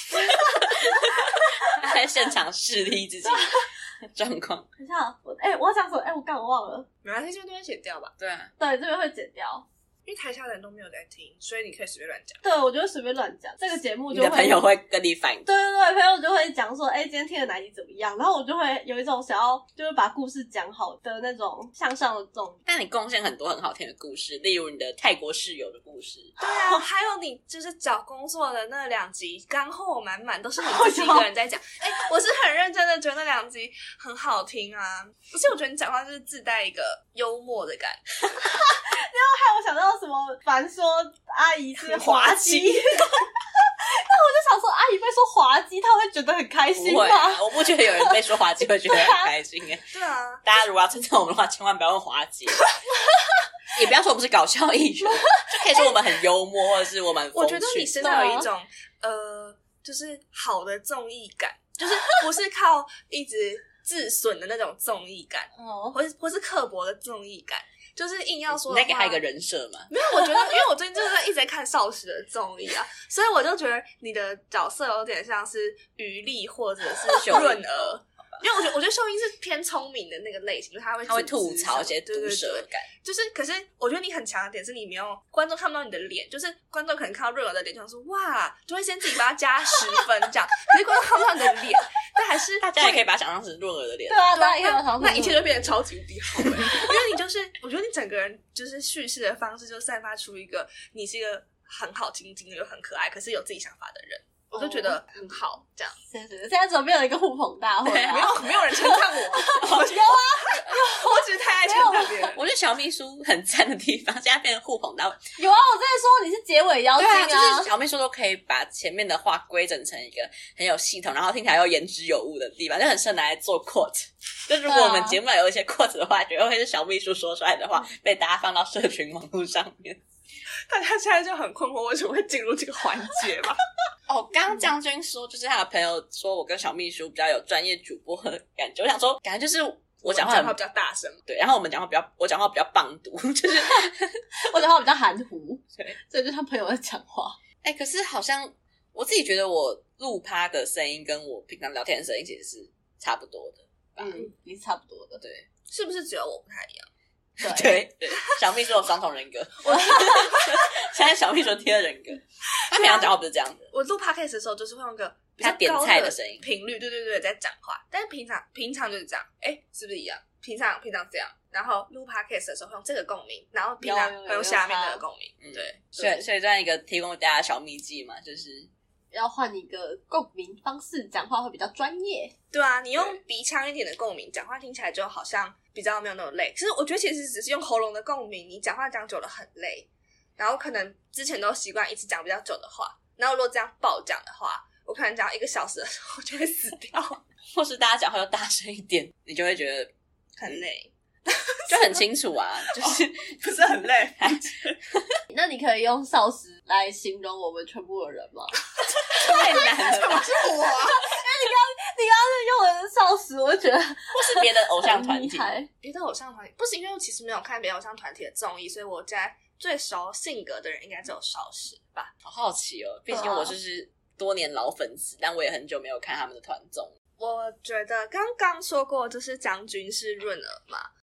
他在现场示例自己状况。 等一下，我哎、欸，我要讲什么？哎、欸，我刚我忘了。 没关系，这边都会剪掉吧？ 对啊， 对，这边会剪掉。 因为台下的人都没有在听，所以你可以随便乱讲。 对，我就会随便乱讲。这个节目就会， 你的朋友会跟你反映。 对对对，朋友就会讲说，哎、欸，今天听的哪集怎么样？然后我就会有一种想要就是把故事讲好的那种向上的这种。 但你贡献很多很好听的故事，例如你的泰国室友的故事。 对啊，还有你就是找工作的那两集，干货满满，都是你自己一个人在讲。哎、欸，我是很认真的觉得那两集很好听啊，而且我觉得你讲话就是自带一个幽默的感觉。 然后害我想到什么凡说阿姨是滑稽，那我就想说阿姨被说滑稽，她会觉得很开心吗？ 不会、啊，我不觉得有人被说滑稽会觉得很开心耶。 对啊， 大家如果要称赞我们的话，千万不要用滑稽，也不要说我们是搞笑艺人，就可以说我们很幽默，或者是我们很风趣。 我觉得你身上有一种呃，就是好的综艺感，就是不是靠一直自损的那种综艺感， 哦， 或是或是刻薄的综艺感。就是硬要说的话， 你再给他一个人设嘛？ 没有，我觉得，因为我最近就是一直在看少时的综艺啊，所以我就觉得你的角色有点像是余力或者是润儿，因为我觉得我觉得秀英是偏聪明的那个类型，就是他会他会吐槽一些毒舌感， 就是，可是我觉得你很强的点是你没有观众看不到你的脸，就是观众可能看到润儿的脸就想说哇，就会先自己把它加十分这样，可是观众看不到你的脸，但还是大家也可以把它想象成润儿的脸， 对啊，大家也可以把它想象成那一切就变得超级无敌好了，因为你就是我觉得你整个人就是叙事的方式就散发出一个你是一个很好听听又很可爱，可是有自己想法的人。我就觉得很好，这样。 现在现在准备了一个互捧大会、啊， 没有没有人称赞我， 有啊， 我只是太爱称赞别人。 我觉得小秘书很赞的地方，现在变成互捧大会。 有啊，我之前说你是结尾妖精啊， 对啊，就是小秘书都可以把前面的话规整成一个很有系统，然后听起来又言之有物的地方，就很适合拿来做 quote。就如果我们节目有一些 quote 的话，绝对会是小秘书说出来的话，被大家放到社群网络上面。 大家现在就很困惑，为什么会进入这个环节吧？ 哦，刚刚将军说，就是他的朋友说我跟小秘书比较有专业主播的感觉。我想说，感觉就是我讲话很话比较大声， 对，然后我们讲话比较，我讲话比较棒读，就是我讲话比较含糊， 对， 所以就像朋友在讲话。 哎、欸，可是好像我自己觉得我录趴的声音跟我平常聊天的声音其实是差不多的吧？ 嗯，你是差不多的， 对， 是不是只有我不太一样？ 对对, 对，小秘书有双重人格，我现在小秘书第二人格，他平常讲话不是这样的。 我录 podcast 的时候就是会用个比较他点菜的声音频率，对对对，在讲话。但是平常平常就是这样，哎，是不是一样？平常平常这样，然后录 podcast 的时候用这个共鸣，然后平常会用下面那个共鸣， 嗯、 对。 所以所以这样一个提供给大家的小秘籍嘛，就是要换一个共鸣方式，讲话会比较专业。 对啊，你用鼻腔一点的共鸣，讲话听起来就好像比较没有那么累。其实我觉得其实只是用喉咙的共鸣，你讲话讲久了很累，然后可能之前都习惯一直讲比较久的话，然后如果这样爆讲的话，我可能讲一个小时的时候就会死掉， 或是大家讲话又大声一点，你就会觉得很累。 就很清楚啊，就是不是很累。 那你可以用少时来形容我们全部的人吗？ 太难了吧？ 是我啊！ 因为你刚你刚刚是用的少时，我就觉得或是别的偶像团体， 别的偶像团体不是因为我其实没有看别的偶像团体的综艺，所以我在最熟性格的人应该只有少时吧。 好好奇哦，毕竟我就是多年老粉丝，但我也很久没有看他们的团综。 我觉得刚刚说过，就是将军是润儿嘛。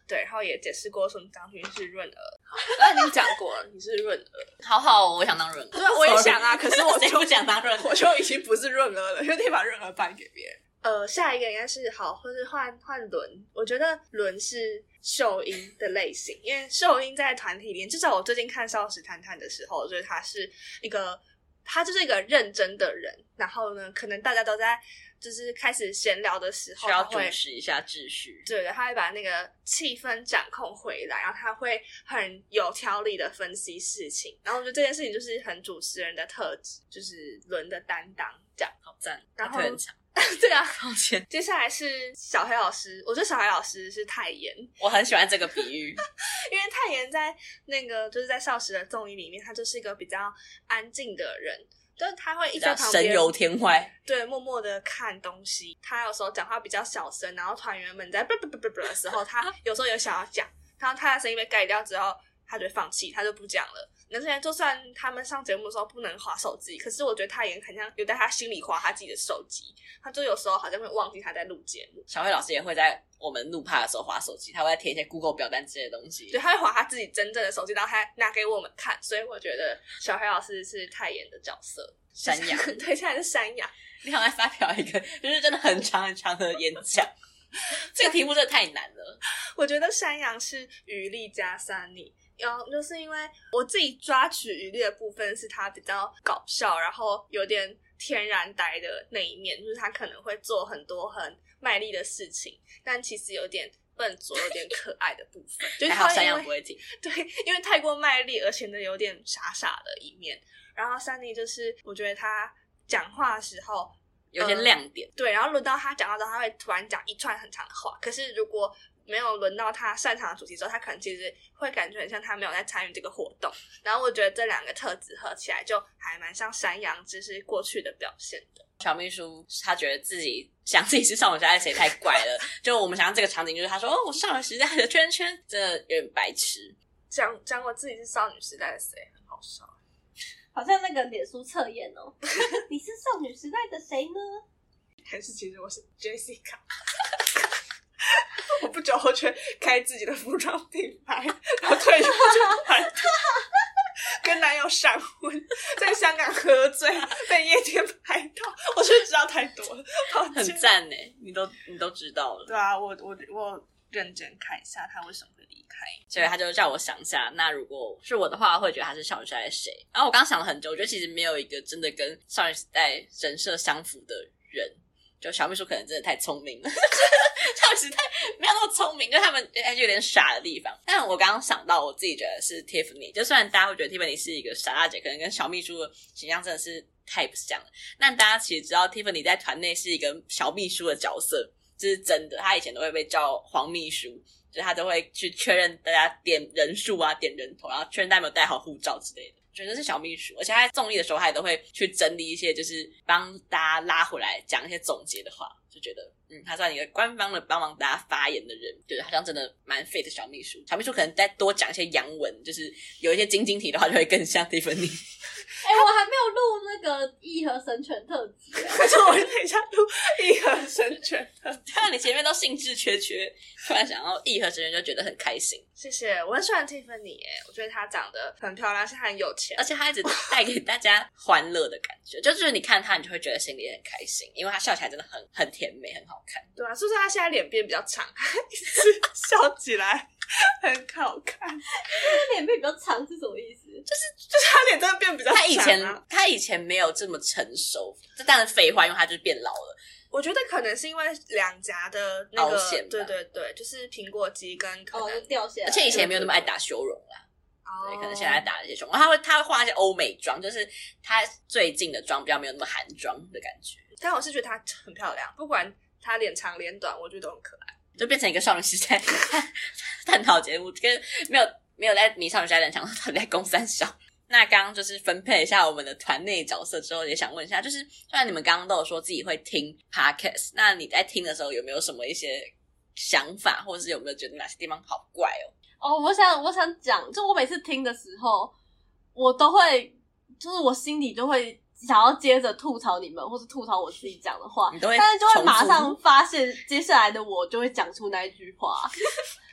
对，然后也解释过说张勋是润儿，刚才已经讲过了，你是润儿， 好好，我想当润儿， 对，我也想啊，可是我就谁不想当润儿， 我就已经不是润儿了，因为得把润儿颁给别人。呃，下一个应该是好，或是换换伦。我觉得伦是秀英的类型，因为秀英在团体里面，至少我最近看《少时谈谈》的时候，我觉得他是一个，他就是一个认真的人。然后呢，可能大家都在就是开始闲聊的时候， 需要主持一下秩序。 对的，他会把那个气氛掌控回来，然后他会很有条理的分析事情。然后我觉得这件事情就是很主持人的特质，就是伦的担当，这样好赞， 然后他腿很长。 对啊， 抱歉。 接下来是小黑老师，我觉得小黑老师是泰妍， 我很喜欢这个比喻， 因为泰妍在那个就是在少时的综艺里面，他就是一个比较安静的人，就是他会一直在旁边神游天外， 对，默默的看东西。他有时候讲话比较小声，然后团员们在啵啵啵啵啵的时候，他有时候有想要讲，然后他的声音被盖掉之后，他就会放弃，他就不讲了。那现在就算他们上节目的时候不能滑手机，可是我觉得他也很像有在他心里滑他自己的手机，他就有时候好像会忘记他在录节目。 小慧老师也会在我们录趴的时候滑手机，他会贴一些 Google 表单之类的东西， 对，他会滑他自己真正的手机，然后他拿给我们看，所以我觉得小黑老师是泰妍的角色。 山羊对，现在是山羊。 你好像发表一个就是真的很长很长的演讲，这个题目真的太难了。 我觉得山羊是余力加Sunny。然后就是因为我自己抓取余力的部分是他比较搞笑，然后有点天然呆的那一面，就是他可能会做很多很卖力的事情，但其实有点笨拙、有点可爱的部分。就是还好山羊不会听， 对，因为太过卖力而显得有点傻傻的一面。然后Sunny就是我觉得他讲话的时候有些亮点、 呃，对，然后轮到他讲话之后，他会突然讲一串很长的话，可是如果没有轮到他擅长的主题之后，他可能其实会感觉很像他没有在参与这个活动。然后我觉得这两个特质合起来就还蛮像山羊只是过去的表现的。 小秘书他觉得自己想自己是少女时代的谁太怪了，就我们想象这个场景就是他说哦，我是少女时代的圈圈，真的有点白痴。 讲讲我自己是少女时代的谁，很好笑， 好像那个脸书测验哦。你是少女时代的谁呢？ 还是其实我是 Jessica。我不久后却开自己的服装品牌，然后退出这团体，跟男友闪婚，在香港喝醉，被夜店拍到，我就知道太多了， 很赞耶，你都你都知道了。 对啊，我我我认真看一下他为什么会离开， 所以他就叫我想一下，那如果是我的话，会觉得他是少女时代的谁？然后我刚想了很久，我觉得其实没有一个真的跟少女时代人设相符的人。就小秘书可能真的太聪明了，少女时代没有那么聪明，就他们还是有点傻的地方。但我刚刚想到，我自己觉得是 Tiffany， 就虽然大家会觉得 Tiffany 是一个傻大姐，可能跟小秘书的形象真的是太不像了，但大家其实知道 Tiffany 在团内是一个小秘书的角色，这是真的。她以前都会被叫黄秘书，就是她都会去确认大家点人数啊、点人头，然后确认大家有没有带好护照之类的。觉得是小秘书，而且他在综艺的时候他也都会去整理一些就是帮大家拉回来讲一些总结的话，就觉得嗯，他算一个官方的帮忙大家发言的人，觉得好像真的蛮 fit 的小秘书。小秘书可能再多讲一些洋文，就是有一些晶晶体的话就会更像 Tiffany。 哎、欸，我还没有录那个义和神拳特辑， 可是我等一下录义和神拳特辑。 看到你前面都兴致缺缺，突然想要义和神拳就觉得很开心。 谢谢，我很喜欢 Tiffany 耶，我觉得她长得很漂亮，而且她很有钱， 而且她一直带给大家欢乐的感觉，就是你看她，你就会觉得心里很开心，因为她笑起来真的很很甜美，很好看。 对啊，是不是她现在脸变比较长，一直笑起来很好看？ 脸变比较长是什么意思？ 就是就是她脸真的变比较长、啊。 她以前她以前没有这么成熟，这当然废话，因为她就是变老了。 我觉得可能是因为两颊的那个，对对对，就是苹果肌跟可能、 哦、掉下来， 而且以前没有那么爱打修容啦。哦，对，可能现在打了一些修容，他会他会画一些欧美妆，就是他最近的妆比较没有那么韩妆的感觉。 但我是觉得她很漂亮，不管她脸长脸短，我觉得都很可爱， 就变成一个少女时代探讨节目，跟没有没有在迷少女时代人讲到底在攻三小。那刚刚就是分配一下我们的团内角色之后，也想问一下，就是虽然你们刚刚都有说自己会听 podcast， 那你在听的时候有没有什么一些想法，或者是有没有觉得哪些地方好怪哦？ 哦，我想我想讲，就我每次听的时候，我都会，就是我心里就会想要接着吐槽你们，或是吐槽我自己讲的话， 你都会但是就会马上发现接下来的我就会讲出那一句话。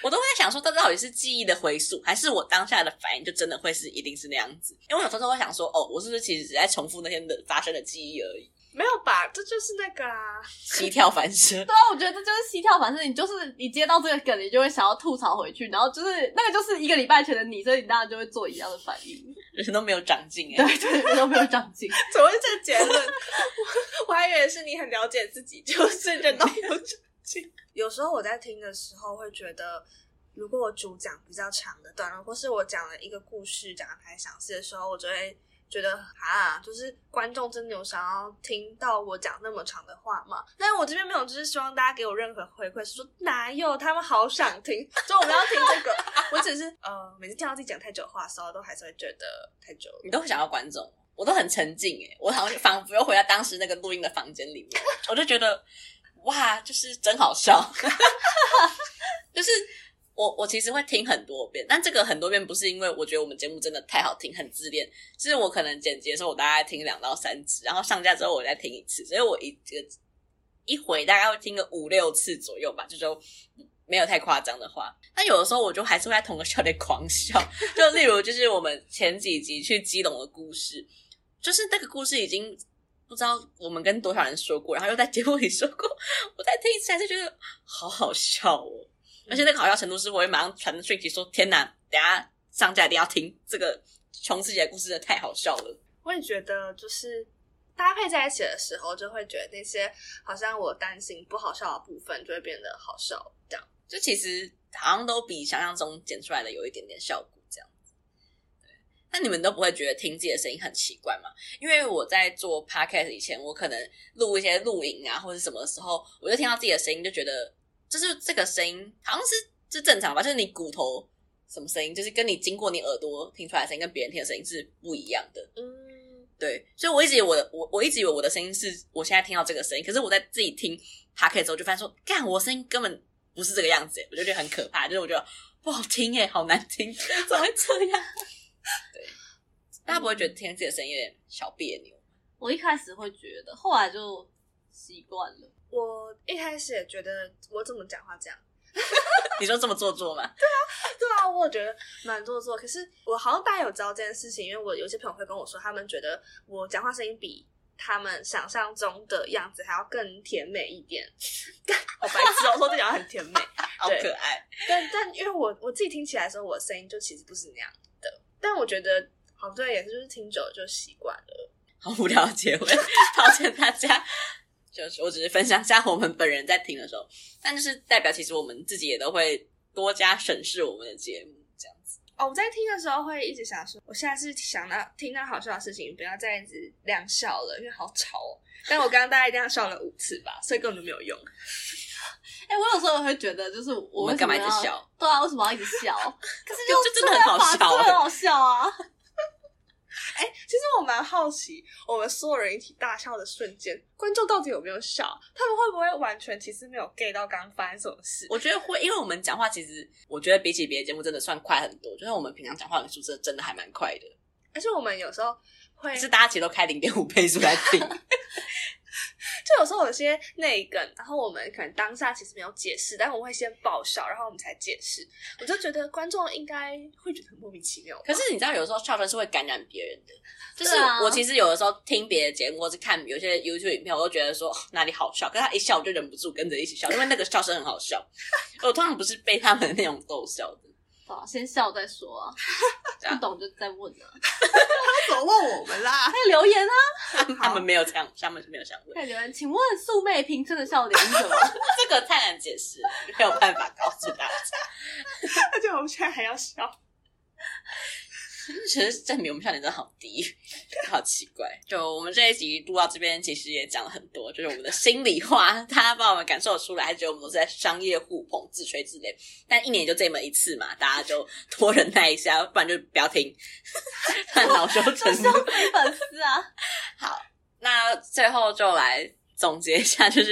我都会在想说，这到底是记忆的回溯，还是我当下的反应就真的会是一定是那样子？因为我有时候会想说，哦，我是不是其实只在重复那天的发生的记忆而已？ 没有吧？这就是那个啊， 膝跳反射。 对啊，我觉得这就是膝跳反射，你就是你接到这个梗，你就会想要吐槽回去，然后就是那个就是一个礼拜前的你，所以你当然就会做一样的反应。 人都没有长进哎、 欸，对对，人都没有长进。 怎么会这个结论？我, 我还以为是你很了解自己，就是人都没有长进。有时候我在听的时候会觉得，如果我主讲比较长的段落，或是我讲了一个故事讲得太详细的时候，我就会觉得啊，就是观众真的有想要听到我讲那么长的话吗？但是我这边没有，就是希望大家给我任何回馈，是说哪有，他们好想听，所以我们要听这个。我只是呃，每次听到自己讲太久的话的时候，都还是会觉得太久了。 你都会想要观众，我都很沉浸诶，我好像仿佛又回到当时那个录音的房间里面，我就觉得哇，就是真好笑，就是我我其实会听很多遍，但这个很多遍不是因为我觉得我们节目真的太好听很自恋，是我可能剪辑的时候我大概听两到三次，然后上架之后我再听一次，所以我一这个一回大概会听个五六次左右吧，就就没有太夸张的话。但有的时候我就还是会在同个笑点狂笑，就例如就是我们前几集去基隆的故事，就是那个故事已经不知道我们跟多少人说过，然后又在节目里说过，我再听一次还是觉得好好笑哦。而且那个好笑程度是我会马上传讯息说，天哪，等一下上架一定要听，这个琼斯姐的故事真的太好笑了。 我也觉得就是搭配在一起的时候，就会觉得那些好像我担心不好笑的部分就会变得好笑，这样就其实好像都比想象中剪出来的有一点点效果这样子。对，那你们都不会觉得听自己的声音很奇怪吗？因为我在做 podcast 以前，我可能录一些录影啊或者什么的时候，我就听到自己的声音就觉得就是这个声音好像是是正常吧，就是你骨头什么声音，就是跟你经过你耳朵听出来的声音跟别人听的声音是不一样的。 嗯， 对，所以我一直以为我的我我一直以为我的声音是我现在听到这个声音，可是我在自己听 podcast 之后就发现说，干，我声音根本不是这个样子耶，我就觉得很可怕，就是我觉得不好听耶，好难听，怎么会这样？对，大家不会觉得听自己的声音有点小别扭？ 我一开始会觉得，后来就习惯了。 我一开始也觉得我怎么讲话这样。 你说这么做作吗？ 对啊，对啊，我有觉得蛮做作。可是我好像大家有知道这件事情，因为我有些朋友会跟我说，他们觉得我讲话声音比他们想象中的样子还要更甜美一点。好白痴哦，我说这讲话很甜美， 好可爱。 但但因为我我自己听起来的时候，我的声音就其实不是那样的。但我觉得好对，也是就是听久了就习惯了。 好无聊的结尾，抱歉大家。就是我只是分享一下我们本人在听的时候，但就是代表其实我们自己也都会多加审视我们的节目这样子。 哦，我在听的时候会一直想说，我现在是想到听到好笑的事情，不要再一直亮笑了，因为好吵哦。但我刚刚大概亮笑了五次吧，所以根本就没有用。 哎、欸，我有时候会觉得，就是我我们干嘛一直笑？ 对啊，为什么要一直笑？可是就就真的很好笑， 真的很好笑啊！ 哎、欸，其实我蛮好奇，我们所有人一起大笑的瞬间，观众到底有没有笑？他们会不会完全其实没有 get 到刚刚发生什么事？ 我觉得会，因为我们讲话其实，我觉得比起别的节目真的算快很多，就是我们平常讲话的速度真的还蛮快的。 而且我们有时候会， 是大家其实都开 零点五 倍速来听。 就有时候有些内梗，然后我们可能当下其实没有解释，但我们会先爆笑，然后我们才解释。我就觉得观众应该会觉得很莫名其妙。 可是你知道，有时候笑声是会感染别人的。就是啊、 我其实有的时候听别的节目，或是看有些 YouTube 影片，我都觉得说、哦、哪里好笑，可是他一笑我就忍不住跟着一起笑，因为那个笑声很好笑。我通常不是被他们的那种逗笑的。 啊，先笑再说啊，不懂就再问啊。 他怎么问我们啦？ 可以留言啊。 他们没有这样，他们没有想问。 可以留言，请问素昧平生的笑点是什么？ 这个太难解释了，没有办法告诉大家。 而且我们现在还要笑。 其实证明我们笑点真的好低，好奇怪。就我们这一集录到这边，其实也讲了很多，就是我们的心里话，大家帮我们感受出来，还觉得我们都是在商业互捧、自吹自擂。但一年就这么一次嘛，大家就多忍耐一下，不然就不要听，恼羞成怒。 笑死粉丝啊！ 好，那最后就来总结一下，就是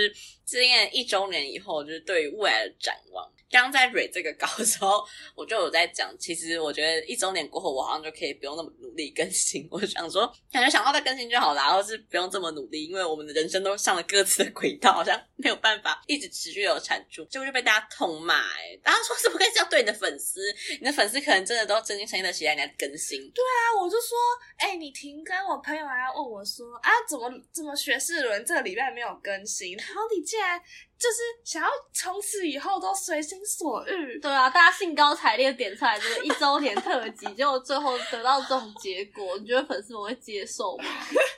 今年一周年以后，就是对于未来的展望。刚刚在蕊这个稿的时候，我就有在讲，其实我觉得一周年过后，我好像就可以不用那么努力更新。我想说，感觉想到再更新就好啦，或是不用这么努力，因为我们的人生都上了各自的轨道，好像没有办法一直持续有产出，结果就被大家痛骂。哎，大家说怎么可以这样对你的粉丝？你的粉丝可能真的都真心诚意的期待你来更新。 对啊，我就说，哎、欸，你停更，我朋友还要问我说，啊，怎么怎么学士伦这个礼拜没有更新？然后你竟然就是想要从此以后都随心所欲。 对啊，大家兴高采烈点出来这个一周年特辑，结果最后得到这种结果，你觉得粉丝们会接受吗？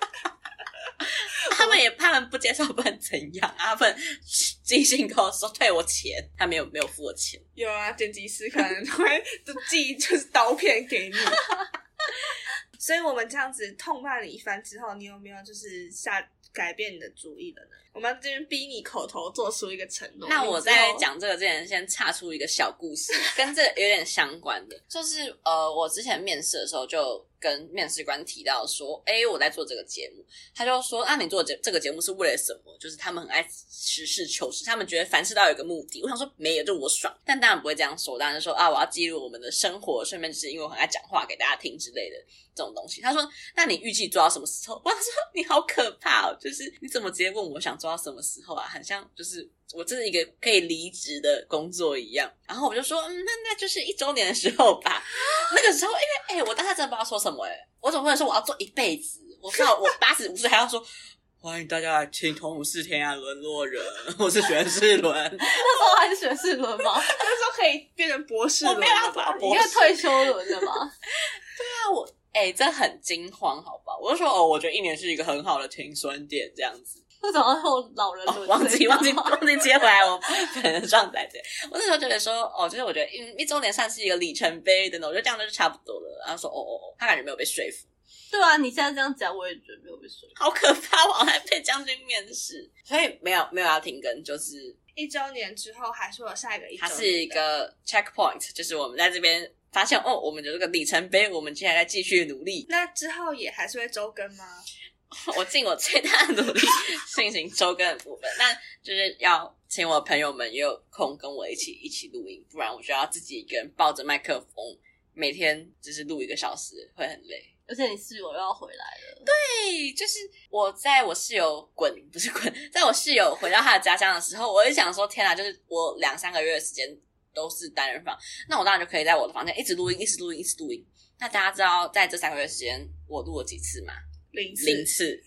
他们也他们不接受，不能怎样啊？他们寄信跟我说退我钱，他没有没有付我钱。 有啊，剪辑师可能会寄就是刀片给你。所以我们这样子痛骂你一番之后，你有没有就是下改变你的主意了呢？我们这边逼你口头做出一个承诺。 那我在讲这个之前，先岔出一个小故事，跟这有点相关的，就是呃，我之前面试的时候就跟面试官提到说，诶，我在做这个节目，他就说，啊，你做这个节目是为了什么？就是他们很爱实事求是，他们觉得凡事都要有一个目的。我想说没有，就我爽，但当然不会这样说，当然就说啊，我要记录我们的生活，顺便就是因为我很爱讲话给大家听之类的这种东西。他说，那你预计做到什么时候？我想说你好可怕哦，就是你怎么直接问我想做到什么时候啊？很像就是我这是一个可以离职的工作一样。然后我就说，嗯，那那就是一周年的时候吧。那个时候，因为哎、欸，我当时真的不知道说什么哎、欸，我总不能说我要做一辈子，我到我八十五岁还要说欢迎大家来听同是天涯沦落人，我是学士伦。 那时候还是学士伦吗？ 那时候可以变成博士伦了吧？ 我没有要做博士， 应该退休伦了吧？ 对啊，我哎、欸，这很惊慌，好吧？我就说哦，我觉得一年是一个很好的停损点，这样子。 为什么后老人轮、 哦？忘记忘记忘记接回来我本人的状态。对，我那时候觉得说，哦，就是我觉得嗯，一周年算是一个里程碑等等，我觉得这样就差不多了。然后说，哦哦哦，他感觉没有被说服。 对啊，你现在这样讲，我也觉得没有被说服。 好可怕！我还被将军面试，所以没有没有要停更，就是一周年之后还是会有下一个一周年。 它是一个 checkpoint， 就是我们在这边发现哦，我们有这个里程碑，我们接下来再继续努力。 那之后也还是会周更吗？ 我尽我最大的努力进行周更的部分，那就是要请我的朋友们也有空跟我一起一起录音，不然我就要自己一个人抱着麦克风，每天就是录一个小时，会很累。 而且你室友又要回来了。 对，就是我在我室友滚不是滚，在我室友回到他的家乡的时候，我就想说，天哪，就是我两三个月的时间都是单人房，那我当然就可以在我的房间一直录音，一直录音，一直录音。那大家知道在这三个月时间我录了几次吗？ 零次。 零次。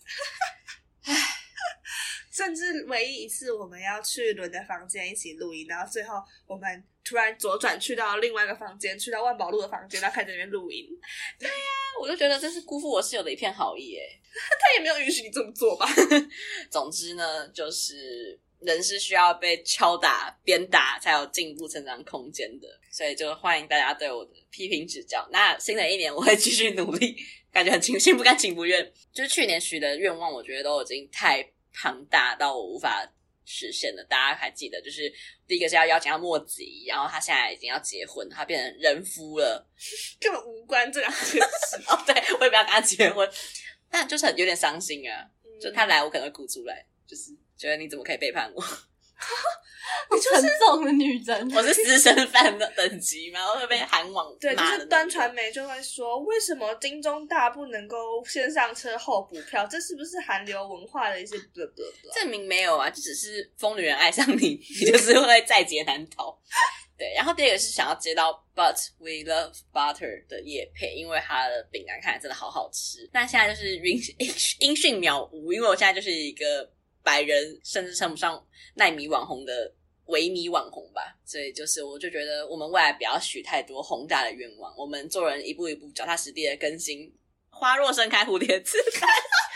甚至唯一一次我们要去伦的房间一起录音，然后最后我们突然左转去到另外一个房间，去到万宝路的房间，然后开始在那边录音。 对呀、啊，我就觉得这是辜负我室友的一片好意耶。 他也没有允许你这么做吧？ 总之呢，就是人是需要被敲打、鞭打才有进步成长空间的，所以就欢迎大家对我的批评指教。那新的一年我会继续努力，感觉很情心不甘情不愿。就是去年许的愿望，我觉得都已经太庞大到我无法实现了。大家还记得，就是第一个是要邀请到莫子仪，然后他现在已经要结婚，他变成人夫了， 根本无关这两件事。 哦，对，我也不要跟他结婚，但就是很有点伤心啊。就他来，我可能会哭出来，就是觉得你怎么可以背叛我？ 你就是沉重的女人， 我是私生饭的等级吗？我会被韩网对，就骂的。 是端传媒就会说，为什么金钟大不能够先上车后补票？这是不是韩流文化的一些 blah blah blah？ 证明没有啊，就只是疯女人爱上你，你就是会在劫难逃。对，然后第二个是想要接到 But We Love Butter 的业配，因为它的饼干看起来真的好好吃。但现在就是音音讯渺无，因为我现在就是一个白人甚至称不上奈米网红的微米网红吧，所以就是我就觉得我们未来不要许太多宏大的愿望，我们做人一步一步脚踏实地的更新，花若盛开蝴蝶自来。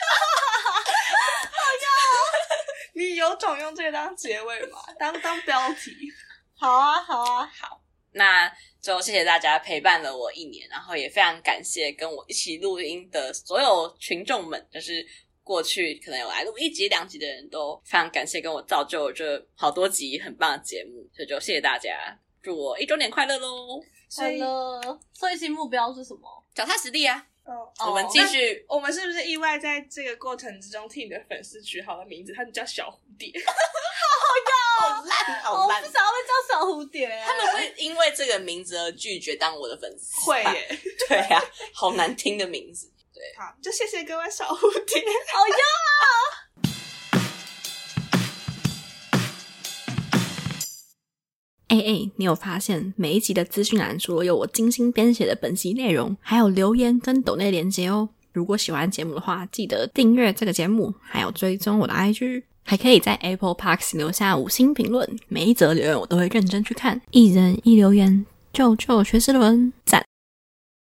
你有种用这个当结尾吗？当当标题。 好啊，好啊， 好，那就谢谢大家陪伴了我一年，然后也非常感谢跟我一起录音的所有群众们，就是过去可能有来录一集两集的人都非常感谢跟我造就这好多集很棒的节目，所以就谢谢大家，祝我一周年快乐咯！ 快乐。所以新目标是什么？ 脚踏实地啊， 哦， 我们继续。 我们是不是意外在这个过程之中替你的粉丝取好了名字？他们叫小蝴蝶。 好烂，好烂！ 我不想要被叫小蝴蝶、欸。 他们会因为这个名字而拒绝当我的粉丝？ 会耶。 对啊，好难听的名字。对， 好，就谢谢各位小蝴蝶。 好呀。 哎哎，你有发现每一集的资讯栏除了有我精心编写的本集内容，还有留言跟抖内连结哦。如果喜欢节目的话，记得订阅这个节目，还有追踪我的 I G， 还可以在 Apple Podcast 留下五星评论，每一则留言我都会认真去看。一人一留言，救救学士伦，赞！